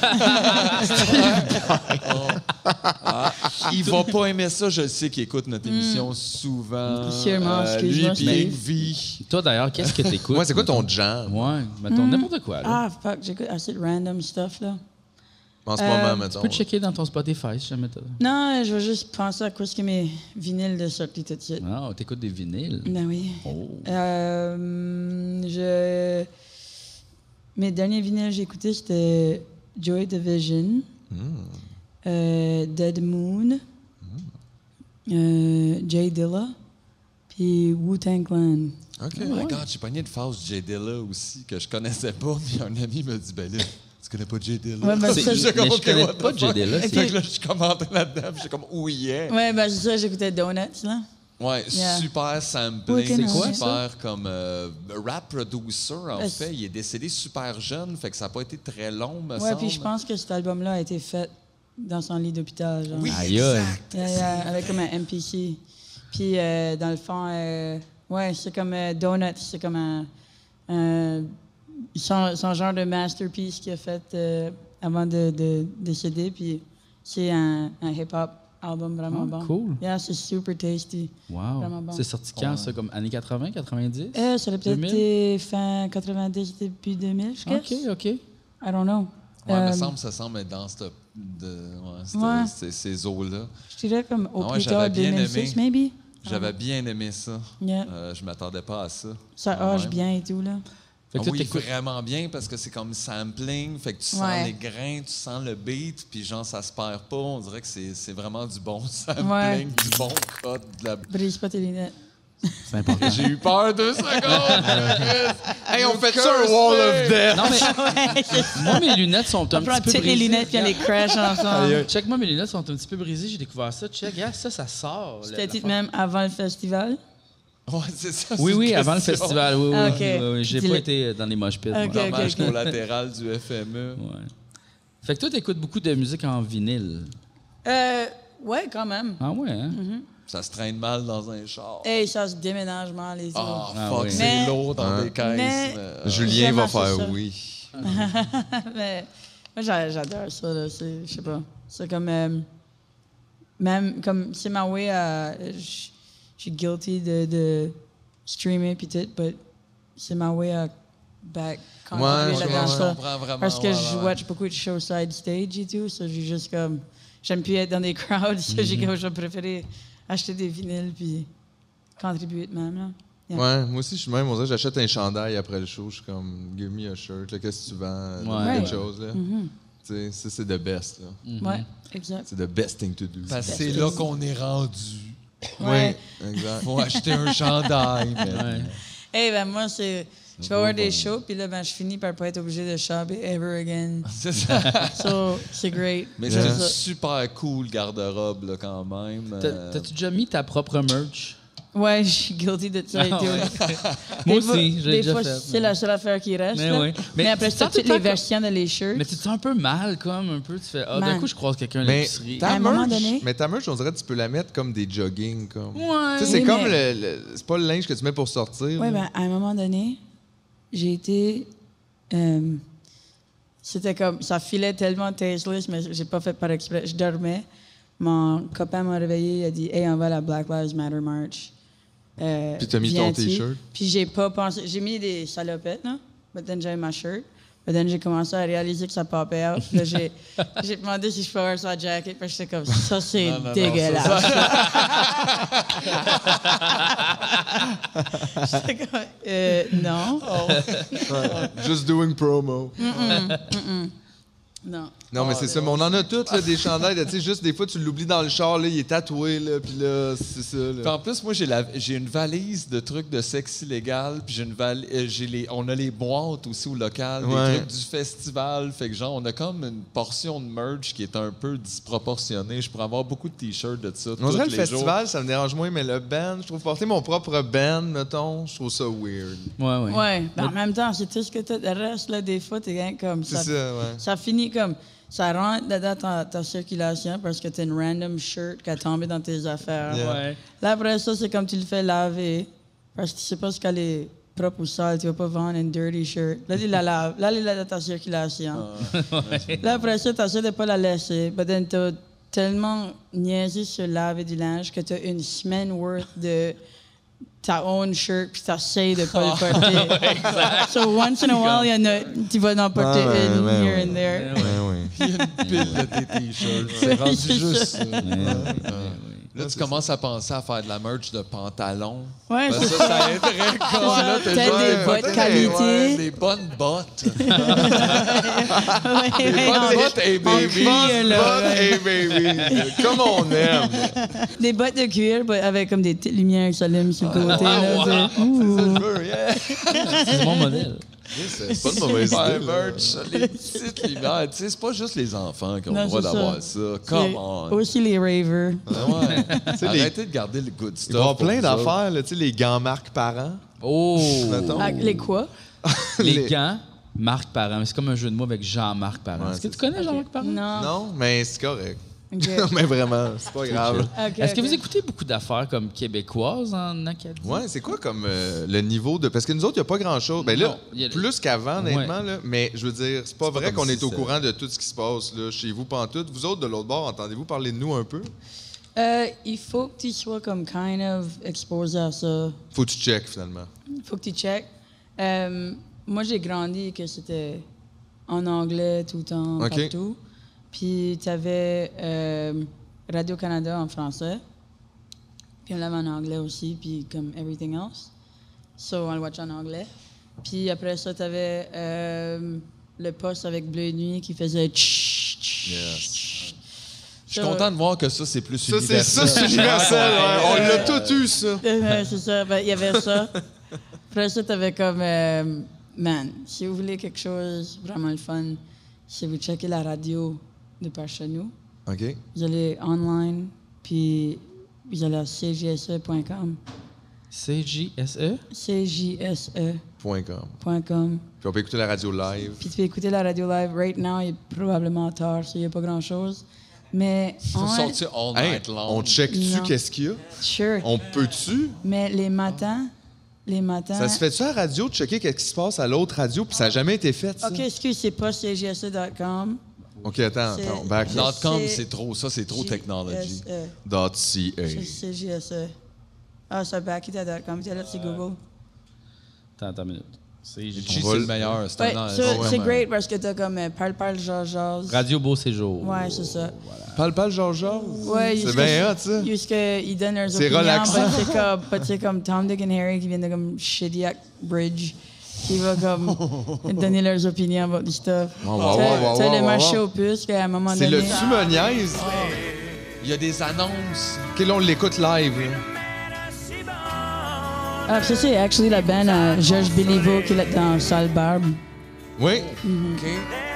Il va pas aimer ça, je le sais qu'il écoute notre émission souvent. Sûrement, Euh, excuse-moi, lui, puis Steve. Vie. Toi, d'ailleurs, qu'est-ce que t'écoutes? Moi, c'est quoi ton genre? Ouais, mettons n'importe quoi. Là. Ah, fuck, j'écoute assez de random stuff, là. En ce Euh, moment, Tu mettons. peux checker dans ton Spotify si jamais t'as. Non, je vais juste penser à quoi ce que mes vinyles de sortie tout de suite. Ah, t'écoutes des vinyles. Ben oui. Oh. Euh, je... Mes derniers vinyles que j'ai écoutés, c'était Joy Division, euh, Dead Moon, euh, Jay Dilla, puis Wu-Tang Clan. OK. Oh my God, j'ai pogné de phase J Dilla aussi que je connaissais pas, puis un ami me dit ben là, tu connais pas J Dilla? Ouais, ben, C'est- ça, mais je- je comme, OK, connais what the pas fuck? J Dilla. Ok. Fait que là, je commentais là-dedans, puis j'étais comme oh yeah. Ouais, ben c'est ça, j'écoutais Donuts, là. Ouais, Yeah. super sampling, Ouais, c'est quoi, super comme euh, rap producer en Ben, fait. Il est décédé super jeune, fait que ça n'a pas été très long, me Ouais, semble. puis je pense que cet album-là a été fait dans son lit d'hôpital. genre. Oui, Aïe, aïe. exact. Yeah, yeah, avec comme un M P C. Puis euh, dans le fond, euh, ouais, c'est comme euh, Donuts, c'est comme un, un- son, son genre de masterpiece qu'il a fait euh, avant de, de décéder. Puis c'est un, un hip-hop album vraiment Ah, bon. cool. Yeah, c'est super tasty. Wow. Vraiment bon. C'est sorti quand, ça? Comme années quatre-vingts, quatre-vingt-dix? Euh, ça a peut-être deux mille? été fin quatre-vingt-dix, début deux mille, je OK, guess. OK. I don't know. Ouais, Euh, me semble, ça semble être dans cette, de, ouais, cette- Ouais. ces, ces eaux-là. Je dirais comme au Ah ouais, plus j'avais tard bien deux mille six, aimé. maybe. J'avais bien aimé ça. Yeah. Euh, je m'attendais pas à ça. Ça quand âge même. bien et tout, là. Fait que Ah toi, oui, t'écoutes- vraiment bien parce que c'est comme sampling, fait que tu sens Ouais. les grains, tu sens le beat, puis genre ça se perd pas. On dirait que c'est c'est vraiment du bon sampling, Ouais. du bon cut. De la... Brise pas tes lunettes. C'est important. J'ai eu peur deux secondes. Hey, on fait ça un wall of death! Non, mais moi, mes lunettes sont un On prend petit peu toutes les brisées. lunettes puis on les crash ensemble. Check, moi, mes lunettes sont un petit peu brisées. J'ai découvert ça. Check, regarde, ça, ça sort. la- C'était la tout forme. même avant le festival. Ouais, c'est ça. Oui, c'est oui, une avant le question. festival. Oui, oui. Ah, ok. oui, oui, oui. J'ai Dis-le. pas été dans les mosh pits. moi. Ok. Dommage ok. collatéral du F M E. Ouais. Fait que toi, t'écoutes beaucoup de musique en vinyle. Euh, ouais, quand même. Ah ouais, hein? Ça se traîne mal dans un char. Hey, ça se déménage mal, les Ah, autres. Ah fuck, oui. c'est Mais- lourd dans Hein? des caisses. Mais- mais, euh, Julien va Vraiment, c'est faire ça. oui. Mais moi, j'a- j'adore ça, là. C'est, je sais pas. C'est comme... euh, même comme... C'est ma way à... Je je suis guilty de, de streamer puis tout, but c'est ma way à back Ouais, contribuer je là-dedans, comprends, ça. je comprends vraiment, Parce que ouais, je ouais, watch beaucoup de shows side stage et tout, ça, j'ai juste comme... J'aime plus être dans des crowds, ça, j'ai comme... Je préféré acheter des vinyles puis contribuer de même, là. Yeah. Ouais, moi aussi, je suis même. On dirait que j'achète un chandail après le show. Je suis comme, give me a shirt. là, Qu'est-ce que tu vends? Ouais. Quelque chose. Là. Tu sais, ça, c'est the best. Là. Mm-hmm. Ouais, exact. C'est the best thing to do. Parce que c'est là qu'on est rendu. Ouais. Oui, exact. Faut acheter un chandail. Mais... Ouais. Hey, ben moi, c'est... Je vais avoir des shows, puis là, ben, je finis par pas être obligé de shopper ever again. C'est ça. So, c'est great. Mais Yeah. c'est une super cool garde-robe, là, quand même. T'as- Euh, T'as-tu déjà mis ta propre merch? Ouais, je suis guilty de ça et Ah tout. ouais. Des Moi fois- aussi, j'ai Des déjà fois, fait. c'est la seule affaire qui reste. Mais là. oui. Mais, Mais après tu ça, sens tout toutes le les temps versions de les shirts. Mais tu te sens un peu mal, comme, un peu. Tu fais, ah, d'un Man. coup, je croise quelqu'un à Mais l'épicerie. ta À un moment merch, donné- mais ta merch, on dirait que tu peux la mettre comme des jogging. Comme. Ouais. Tu sais, c'est Oui, comme mais- le, le- c'est pas le linge que tu mets pour sortir. Oui, là. ben, à un moment donné, j'ai été. euh, C'était comme. Ça filait tellement tasteless, mais j'ai pas fait par exprès. Je dormais. Mon copain m'a réveillé. Il a dit, hey, on va à la Black Lives Matter March. Euh, Puis t'as mis ton viens-tu? t-shirt? Puis j'ai pas pensé. J'ai mis des salopettes, là. But then j'avais ma shirt. But then j'ai commencé à réaliser que ça popait out. Puis là, j'ai, j'ai demandé si je pouvais avoir sa jacket. Puis j'étais comme, ça, c'est Non, non, non, dégueulasse. J'étais comme, euh, non. Just doing promo. Non. Non, mais c'est ça. Mais on en a toutes, là, des chandails. là, Tu sais, juste des fois, tu l'oublies dans le char, là, il est tatoué, là, puis là, c'est ça. Puis Là. en plus, moi, j'ai, la, j'ai une valise de trucs de sexe illégal, puis j'ai une vali- euh, j'ai les, on a les boîtes aussi au local, Ouais. des trucs du festival. Fait que genre, on a comme une portion de merch qui est un peu disproportionnée. Je pourrais avoir beaucoup de t-shirts de ça On tous dirait les le jours. festival, ça me dérange moins, mais le band, je trouve porter mon propre band, mettons, je trouve ça weird. Ouais, ouais. Ouais. Ben, en même temps, c'est tout ce que tu Le reste, là, des fois, t'es rien comme C'est ça. ça, ouais. Ça finit comme. Ça rentre dedans ta, ta circulation parce que t'as une random shirt qui a tombé dans tes affaires. Yeah. Ouais. Là, après ça, c'est comme tu le fais laver parce que tu sais pas ce qu'elle est propre ou sale. Tu vas pas vendre une dirty shirt. Là, tu la laves. Là, elle est là dans ta circulation. Là, après ça, tu essaies de pas la laisser. But then, t'as tellement niaisé sur laver du linge que t'as une semaine worth de ta own shirt puis t'essayes de pas le porter. So, once in a while, il y en a, tu vas en porter Ah, ouais, une ouais, here ouais. and there. Ouais, ouais. Il y a une pile de tes t-shirts. C'est rendu c'est juste ça. ça. Là, tu commences à penser à faire de la merch de pantalons. Ouais, Ben, c'est ça, ça aiderait comme ça. là. t'as T'as genre des un- bottes ouais, qualité. ouais, des bonnes bottes. Ouais, ouais, bonnes en- bottes, hey, en baby. cuir, là, But, ouais. hey, baby, comme on aime. Des bottes de cuir but avec comme des petites lumières qui s'allument sur le côté. là, c'est- Ouh. Je veux, yeah. C'est mon modèle. C'est pas une mauvaise Ouais, idée. là. merch, les petites lumières. Tu sais, c'est pas juste les enfants qui ont Non, le droit c'est d'avoir ça. ça. Come C'est on. Aussi les ravers. Ouais. sais, les- Arrêtez de garder le good stuff. Il va y avoir pour plein vous d'affaires, là, tu sais, les gants marques parents. Oh! Mettons. Ah, les quoi? Les Les- gants, Marc Parent. C'est comme un jeu de mots avec Jean-Marc Parent. Ouais, Est-ce que c'est tu connais Jean-Marc Parent? Non. Non, mais c'est correct. Ok. mais vraiment, c'est pas grave. Ok, Est-ce que ok. vous écoutez beaucoup d'affaires comme québécoises en Acadie? Ouais, c'est quoi comme euh, le niveau de. Parce que nous autres, il n'y a pas grand-chose. Ben là, Non, il y a- plus qu'avant, honnêtement, là, mais je veux dire, c'est pas C'est pas vrai comme qu'on si est au ça- courant de tout ce qui se passe là, chez vous, pantoute. Vous autres, de l'autre bord, entendez-vous parler de nous un peu? Euh, il faut que tu sois comme kind of exposé à ça. Faut que tu check, finalement. Il faut que tu check. Euh, moi, j'ai grandi que c'était en anglais tout le temps, Ok. partout. Puis tu avais Radio-Canada en français. Puis on l'avait en anglais aussi, puis comme everything else. So, on le watch en anglais. Puis après ça, tu avais le poste avec Bleu Nuit qui faisait tch, tch, Yes. tch. Je suis content de voir que ça, c'est plus Ça, c'est universel. ça, c'est universel. ouais. On l'a tout eu, ça. Ouais, c'est ça. Ben, il y avait ça. Après ça, t'avais comme... euh, man, si vous voulez quelque chose vraiment le fun, si vous checkez la radio de par chez nous, OK. vous allez online, puis vous allez à c j s e point com. C J S E? c j s e Point com. point com. Puis on peut écouter la radio live. Puis tu peux écouter la radio live. Right now, il est probablement tard, il n'y a pas grand-chose. Mais Faut on... sortir all Hey, night long. on check-tu Non. qu'est-ce qu'il y a? Sure. On peut-tu? Mais les matins, les matins... Ça se fait-tu à la radio de checker qu'est-ce qui se passe à l'autre radio? Puis ça n'a jamais été fait, ça? OK, excuse, c'est pas c j s e point com. OK, attends, C'est- attends. Back Non. up. .com, C'est- c'est trop. Ça, c'est trop technology. J S E. Dot C C'est A. C J S E. Ah, c'est backita point com. Tiens, là, c'est Google. Attends, attends une minute. C J. G, On va c'est le- le meilleur. C'est Ouais, un ça, c'est c'est vraiment- great parce que t'as comme euh, Parle Parle Jazz Jazz. Radio Beau Séjour. Ouais, c'est ça. Parle pas le Georges. Ouais, C'est bien hot, ça. Ils donnent leurs C'est opinions. relaxant. but C'est comme, but c'est comme Tom, Dick and Harry qui viennent de comme Shediac Bridge. qui va comme donner leurs opinions sur du stuff. Wow, wow, T'as- wow, wow, t'as wow, le wow, marché wow. aux puces, qu'à un moment C'est donné... le tu me niaises. Il y a des annonces. OK, là, on l'écoute live. Là. Ah, puis ça, c'est actually la band à Georges Béliveau qui est dans Salle Barbe. Oui. OK?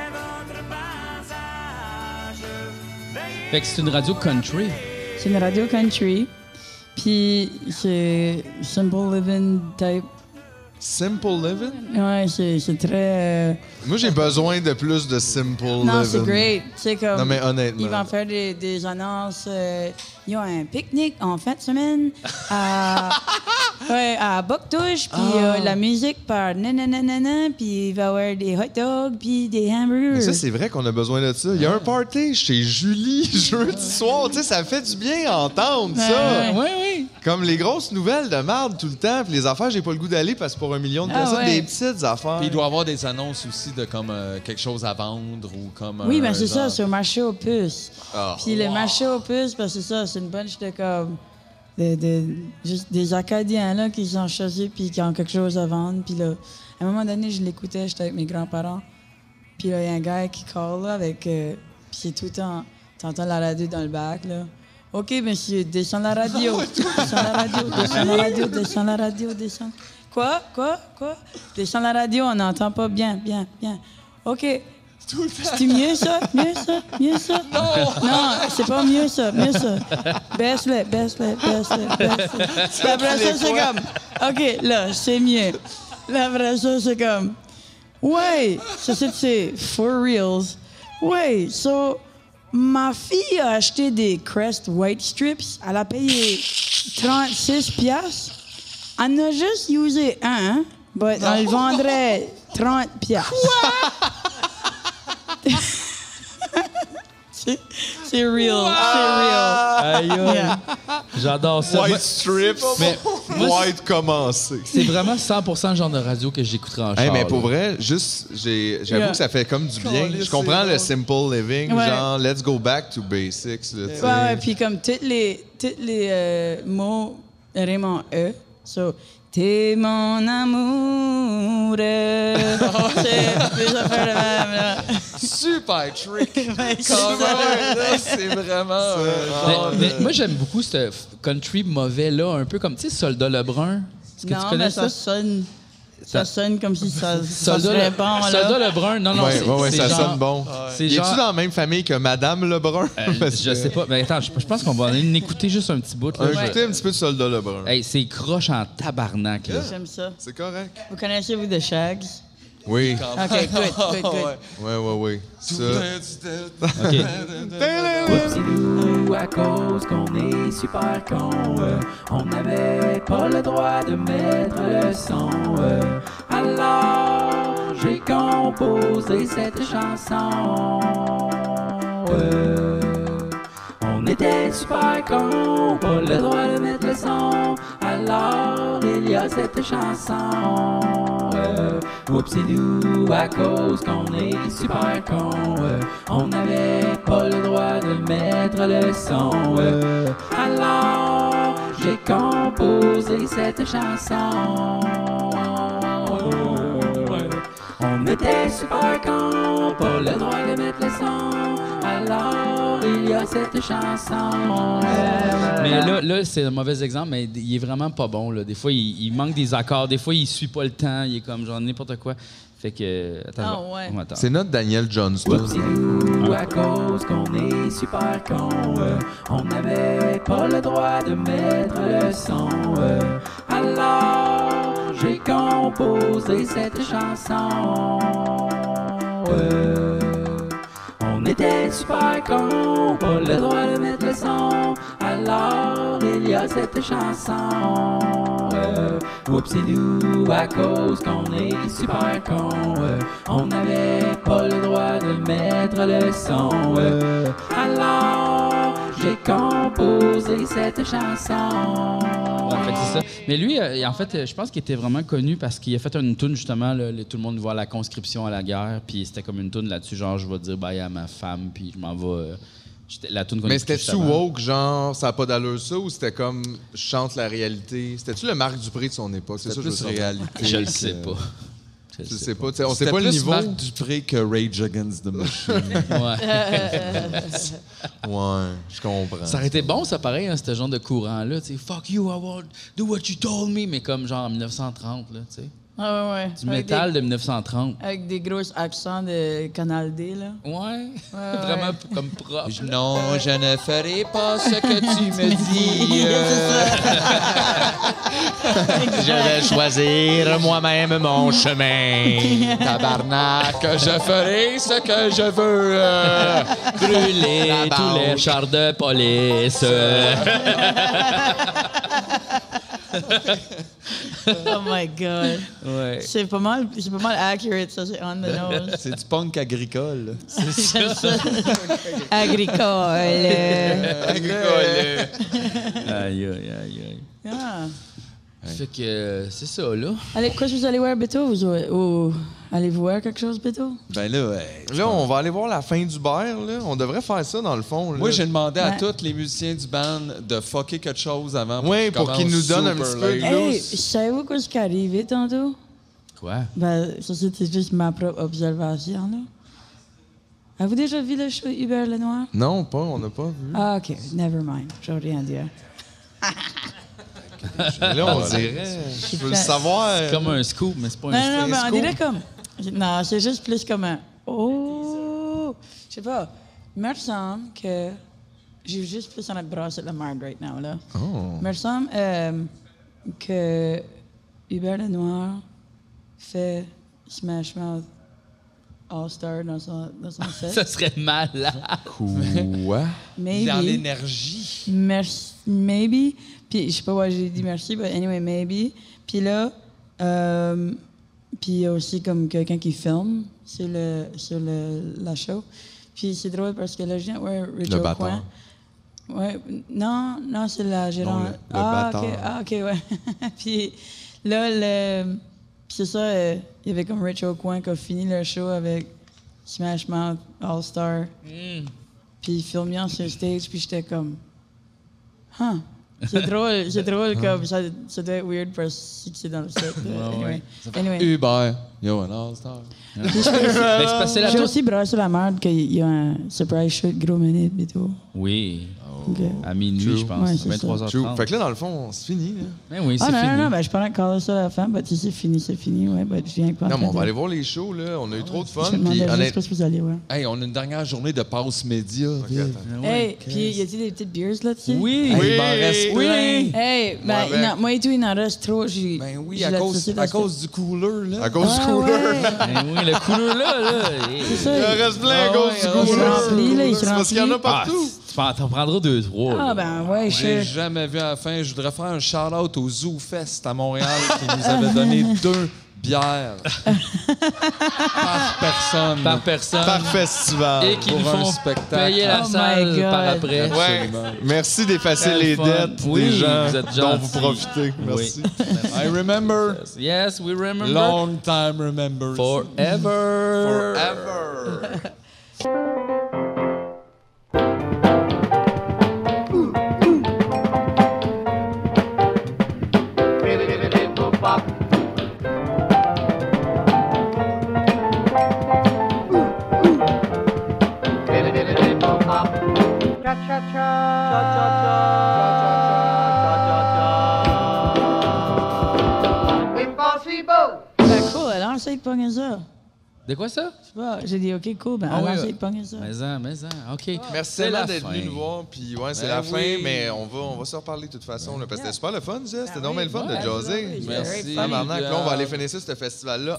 Fait que c'est une radio country. C'est une radio country. Puis c'est simple living type. Simple living? Ouais, c'est c'est très... euh, Moi, j'ai besoin de plus de simple living. Non, c'est great. C'est comme... Non, mais honnêtement. Ils vont faire des, des annonces. euh, ils ont un pique-nique en fin de semaine à, ouais, à Boctouche. Puis Ah. euh, la musique par nananana. Puis il va y avoir des hot dogs puis des hamburgers. Mais ça, c'est vrai qu'on a besoin de ça. Il y a un party chez Julie jeudi soir. Tu sais, ça fait du bien entendre ça. Ouais, Oui, oui. Comme les grosses nouvelles de marde tout le temps. Puis les affaires, j'ai pas le goût d'aller parce que pour un million de Ah, personnes, ouais. des petites affaires. Puis il doit y avoir des annonces aussi de comme euh, quelque chose à vendre ou comme. Oui, un ben c'est ça, genre- c'est au marché aux puces. Ah. Puis le marché aux puces, ben c'est ça, c'est une bunch de comme. De, de- juste des Acadiens là, qui sont choisis puis qui ont quelque chose à vendre. Puis là, à un moment donné, je l'écoutais, j'étais avec mes grands-parents. Puis là, il y a un gars qui call là, avec. euh, puis c'est tout le temps. T'entends la radio dans le bac, là. OK, monsieur, descends la radio. Descends la radio, descends la radio, descends la radio, descends. Quoi? Quoi? Quoi? Descends la radio, on n'entend pas bien, bien, bien. OK. C'est mieux ça? Mieux ça? Mieux ça? Non! Non, c'est pas mieux ça, mieux ça. Baisse-le, baisse-le, baisse-le, baisse-le. Puis après ça, c'est comme, OK, là, c'est mieux. Là, après ça, c'est comme, ouais, ça, c'est, c'est for reals. Ouais, so, ma fille a acheté des Crest White Strips. Elle a payé trente-six piastres. Elle en a juste usé un, mais elle le vendrait trente piastres. c'est, c'est real, c'est real. Aïe, aïe. Yeah. J'adore ça. Moi, White strips, Mais- white commencé. c'est vraiment cent pour cent le genre de radio que j'écouterais en char. Hey, mais pour là. vrai, juste, j'ai- j'avoue Yeah. que ça fait comme du bien. Caliste, Je comprends c'est le drôle. simple living, Ouais. genre let's go back to basics. Là, tu sais. Ouais, ouais, puis comme tous les, tous les euh, mots riment en E. So, t'es mon amour. euh, c'est des affaires de même, là. Super trick! Ouais, c'est Quand ça. même, là, c'est vraiment. euh, Mais, genre mais de- moi, j'aime beaucoup ce f- country mauvais-là, un peu comme, tu sais, Soldat Lebrun. Est-ce que Non, tu connais mais ça? ça sonne, ça sonne comme si ça, ça Soldat, serait Le- bon, là. Soldat Lebrun, non, non, Ouais, c'est, ouais, ouais, c'est ça genre- sonne bon. C'est Y genre... es-tu dans la même famille que Madame Lebrun? Euh, Parce je que- sais pas, mais attends, je, je pense qu'on va aller en écouter juste un petit bout. Là. Euh, Je- Écoutez un petit peu de Soldat Lebrun. Hey, c'est croche en tabarnak, là. J'aime ça. C'est correct. Vous connaissez, vous, The Shags? Oui. OK, good, good, good. Ouais. Ouais, ouais, ouais. Ça. OK. Nous, à cause qu'on est super con, euh, on n'avait pas le droit de mettre le son. euh. alors, j'ai composé cette chanson. euh. On était super con, pas le droit de mettre le son. Alors, il y a cette chanson. Euh, Oupsidou, à cause qu'on est super con, euh, on n'avait pas le droit de mettre le son. euh. alors, j'ai composé cette chanson. Euh, On était super con, pas le droit de mettre le son. Alors, il y a cette chanson. Euh, Mais là, là c'est un mauvais exemple, mais il est vraiment pas bon. Là. Des fois, il, il manque des accords. Des fois, il suit pas le temps. Il est comme genre n'importe quoi. Fait que... Attends, Ah, on va- ouais. on va attendre. C'est notre Daniel Johnston. Oupsidou, à cause qu'on est super con, euh, on n'avait pas le droit de mettre le son. euh. alors, j'ai composé cette chanson. euh. On était super con, pas le droit de mettre le son. Alors, il y a cette chanson. Euh, Oupsidou, à cause qu'on est super con, euh, on n'avait pas le droit de mettre le son. euh. alors, j'ai composé cette chanson. Ouais, fait que c'est ça. Mais lui, euh, en fait, euh, je pense qu'il était vraiment connu parce qu'il a fait une toune, justement, là, le- tout le monde voit la conscription à la guerre, puis c'était comme une toune là-dessus, genre, je vais dire bye à ma femme, puis je m'en vais... euh, j'étais- la toune qu'on Mais écoutait c'était-tu juste avant. woke, genre, ça n'a pas d'allure ça, ou c'était comme, je chante la réalité? C'était-tu le Marc Dupré de son époque? C'est ça que je veux plus savoir. réalité. Je le que- sais pas. Je Je sais sais pas. pas. t'sais, On sait C'était pas le plus niveau. Marc Dupré que Rage Against the Machine. Ouais. Ouais, je comprends. Ça aurait été bon, ça, pareil, hein, ce genre de courant-là. Tu sais, fuck you, I won't do what you told me, mais comme genre en dix-neuf cent trente, là, tu sais. Ah ouais, ouais. Du Avec métal des- de dix-neuf cent trente. Avec des gros accents de Canal D, là. Ouais. Vraiment p- comme propre. Non, je ne ferai pas ce que tu me dis. Je vais choisir moi-même mon chemin. Tabarnak, je ferai ce que je veux. euh. Brûler La tous les banque. chars de police. Oh my God. Ouais. C'est pas mal, c'est pas mal accurate, ça, c'est on the nose. C'est du punk agricole. C'est ça. Agricole. Aïe, aïe, aïe, aïe. Ah. Fait que euh, c'est ça, là. Allez, quoi, vous allez voir bientôt? Vous, ou allez-vous voir quelque chose bientôt? Ben là, ouais, Là, on va aller voir la fin du beurre. Là. On devrait faire ça, dans le fond. Là. moi, j'ai demandé à Ouais. tous les musiciens du band de fucker quelque chose avant. Ouais, qu'ils pour qu'ils nous commencent donnent un super petit peu de late. Blues. Hey, savez-vous quoi ce qui est arrivé tantôt? Quoi? Ben, ça, c'était juste ma propre observation, là. Avez-vous déjà vu le show Hubert Lenoir? Non, pas, on n'a pas vu. Ah, OK. Never mind. Je vais rien dire. Là, on dirait. Je veux le savoir. C'est comme un scoop, mais c'est pas un Non, non, scoop. mais on scoop. dirait comme... Non, c'est juste plus comme un... Oh! Je sais pas. Il me semble que... J'ai juste plus en brasser la merde right now, là. Oh. Il me semble euh, que Hubert Lenoir fait Smash Mouth All-Star dans son, dans son set. Ça serait malade. Quoi? Maybe. Dans l'énergie. Merci, maybe. Puis je sais pas pourquoi j'ai dit merci, but anyway, maybe. Puis là, euh, puis il y a aussi comme quelqu'un qui filme sur, le, sur le, la show. Puis c'est drôle parce que là, je viens de voir Rich Le au batteur. coin. Ouais, non, non, c'est la gérante. Non, le- le ah, batteur. OK, ah, OK, ouais. Puis là, le, puis c'est ça, euh, il y avait comme Rich au coin qui a fini le show avec Smash Mouth All-Star. Mm. Puis il filmait sur stage, puis j'étais comme... Huh. C'est drôle, c'est drôle comme ça, ça doit être weird parce que c'est dans le set. euh, anyway. anyway. Uber, yo, un all-star. Mais c'est parce que c'est la J'ai toute- aussi brassé la merde qu'il y a un surprise shoot gros minute et tout. Oui. Ok. À minuit, True. je pense. Ouais, c'est vingt-trois True. heures trente. Fait que là, dans le fond, c'est fini. Là. Ben oui, c'est Ah non, fini. non, non, ben, je parlais de caler ça à la fin, mais si c'est fini, c'est fini, ouais, ben, je viens pas. Non, mais on va aller voir les shows. Là. On a eu trop de fun. Je me Puis, demandais juste honnêtement, ce que vous allez voir. Hey, on a une dernière journée de passe média. Ok, vive. attends. Hey, puis y a-t-il des petites beers là-dessus? Oui. Hey, il m'en reste Oui. plein. Hey, ben, Ouais, il en- moi et tout, il en reste trop. j'ai- Ben oui, j'ai à la cause, société à d'acheter. cause du cooler, là. À cause Ah, du cooler. ouais. Ben oui, le couleur là, là. C'est ça. Il en reste plein à Ah cause ouais, du il cooler. se remplit, là, il se C'est parce qu'il y en a remplit. Ah, partout. tu t'en t'en prendras deux, trois. Ah, là. ben, ouais, J'ai je. jamais vu à la fin. Je voudrais faire un shout-out au Zoo Fest à Montréal qui nous avait donné deux bières par personne. Par personne. Par festival. Et qui Pour nous un font spectacle. payer la Oh my salle God. par après. Ouais. Absolument. Merci d'effacer Quel les fun. dettes Oui, des gens vous êtes dont vous gentils. profitez. Merci. I remember. Yes, we remember. Long time remembers. Forever. Forever. Ben, cool, alors, essaye de pogner ça. De quoi ça? Je sais pas, j'ai dit, OK, cool, ben, Ah alors, oui, essaye ouais. de pogner ça. Mais en, mais en. OK. Merci C'est tellement la d'être fin. venu nous voir. Puis ouais, c'est Ben la oui. fin, mais on va, on va se reparler de toute façon. Là, parce que c'était super le fun, ça. C'était Ben normal oui, le fun ouais, de jaser. ouais, Merci. Ah, maintenant, là, on va aller Gab. finir ça, ce festival-là.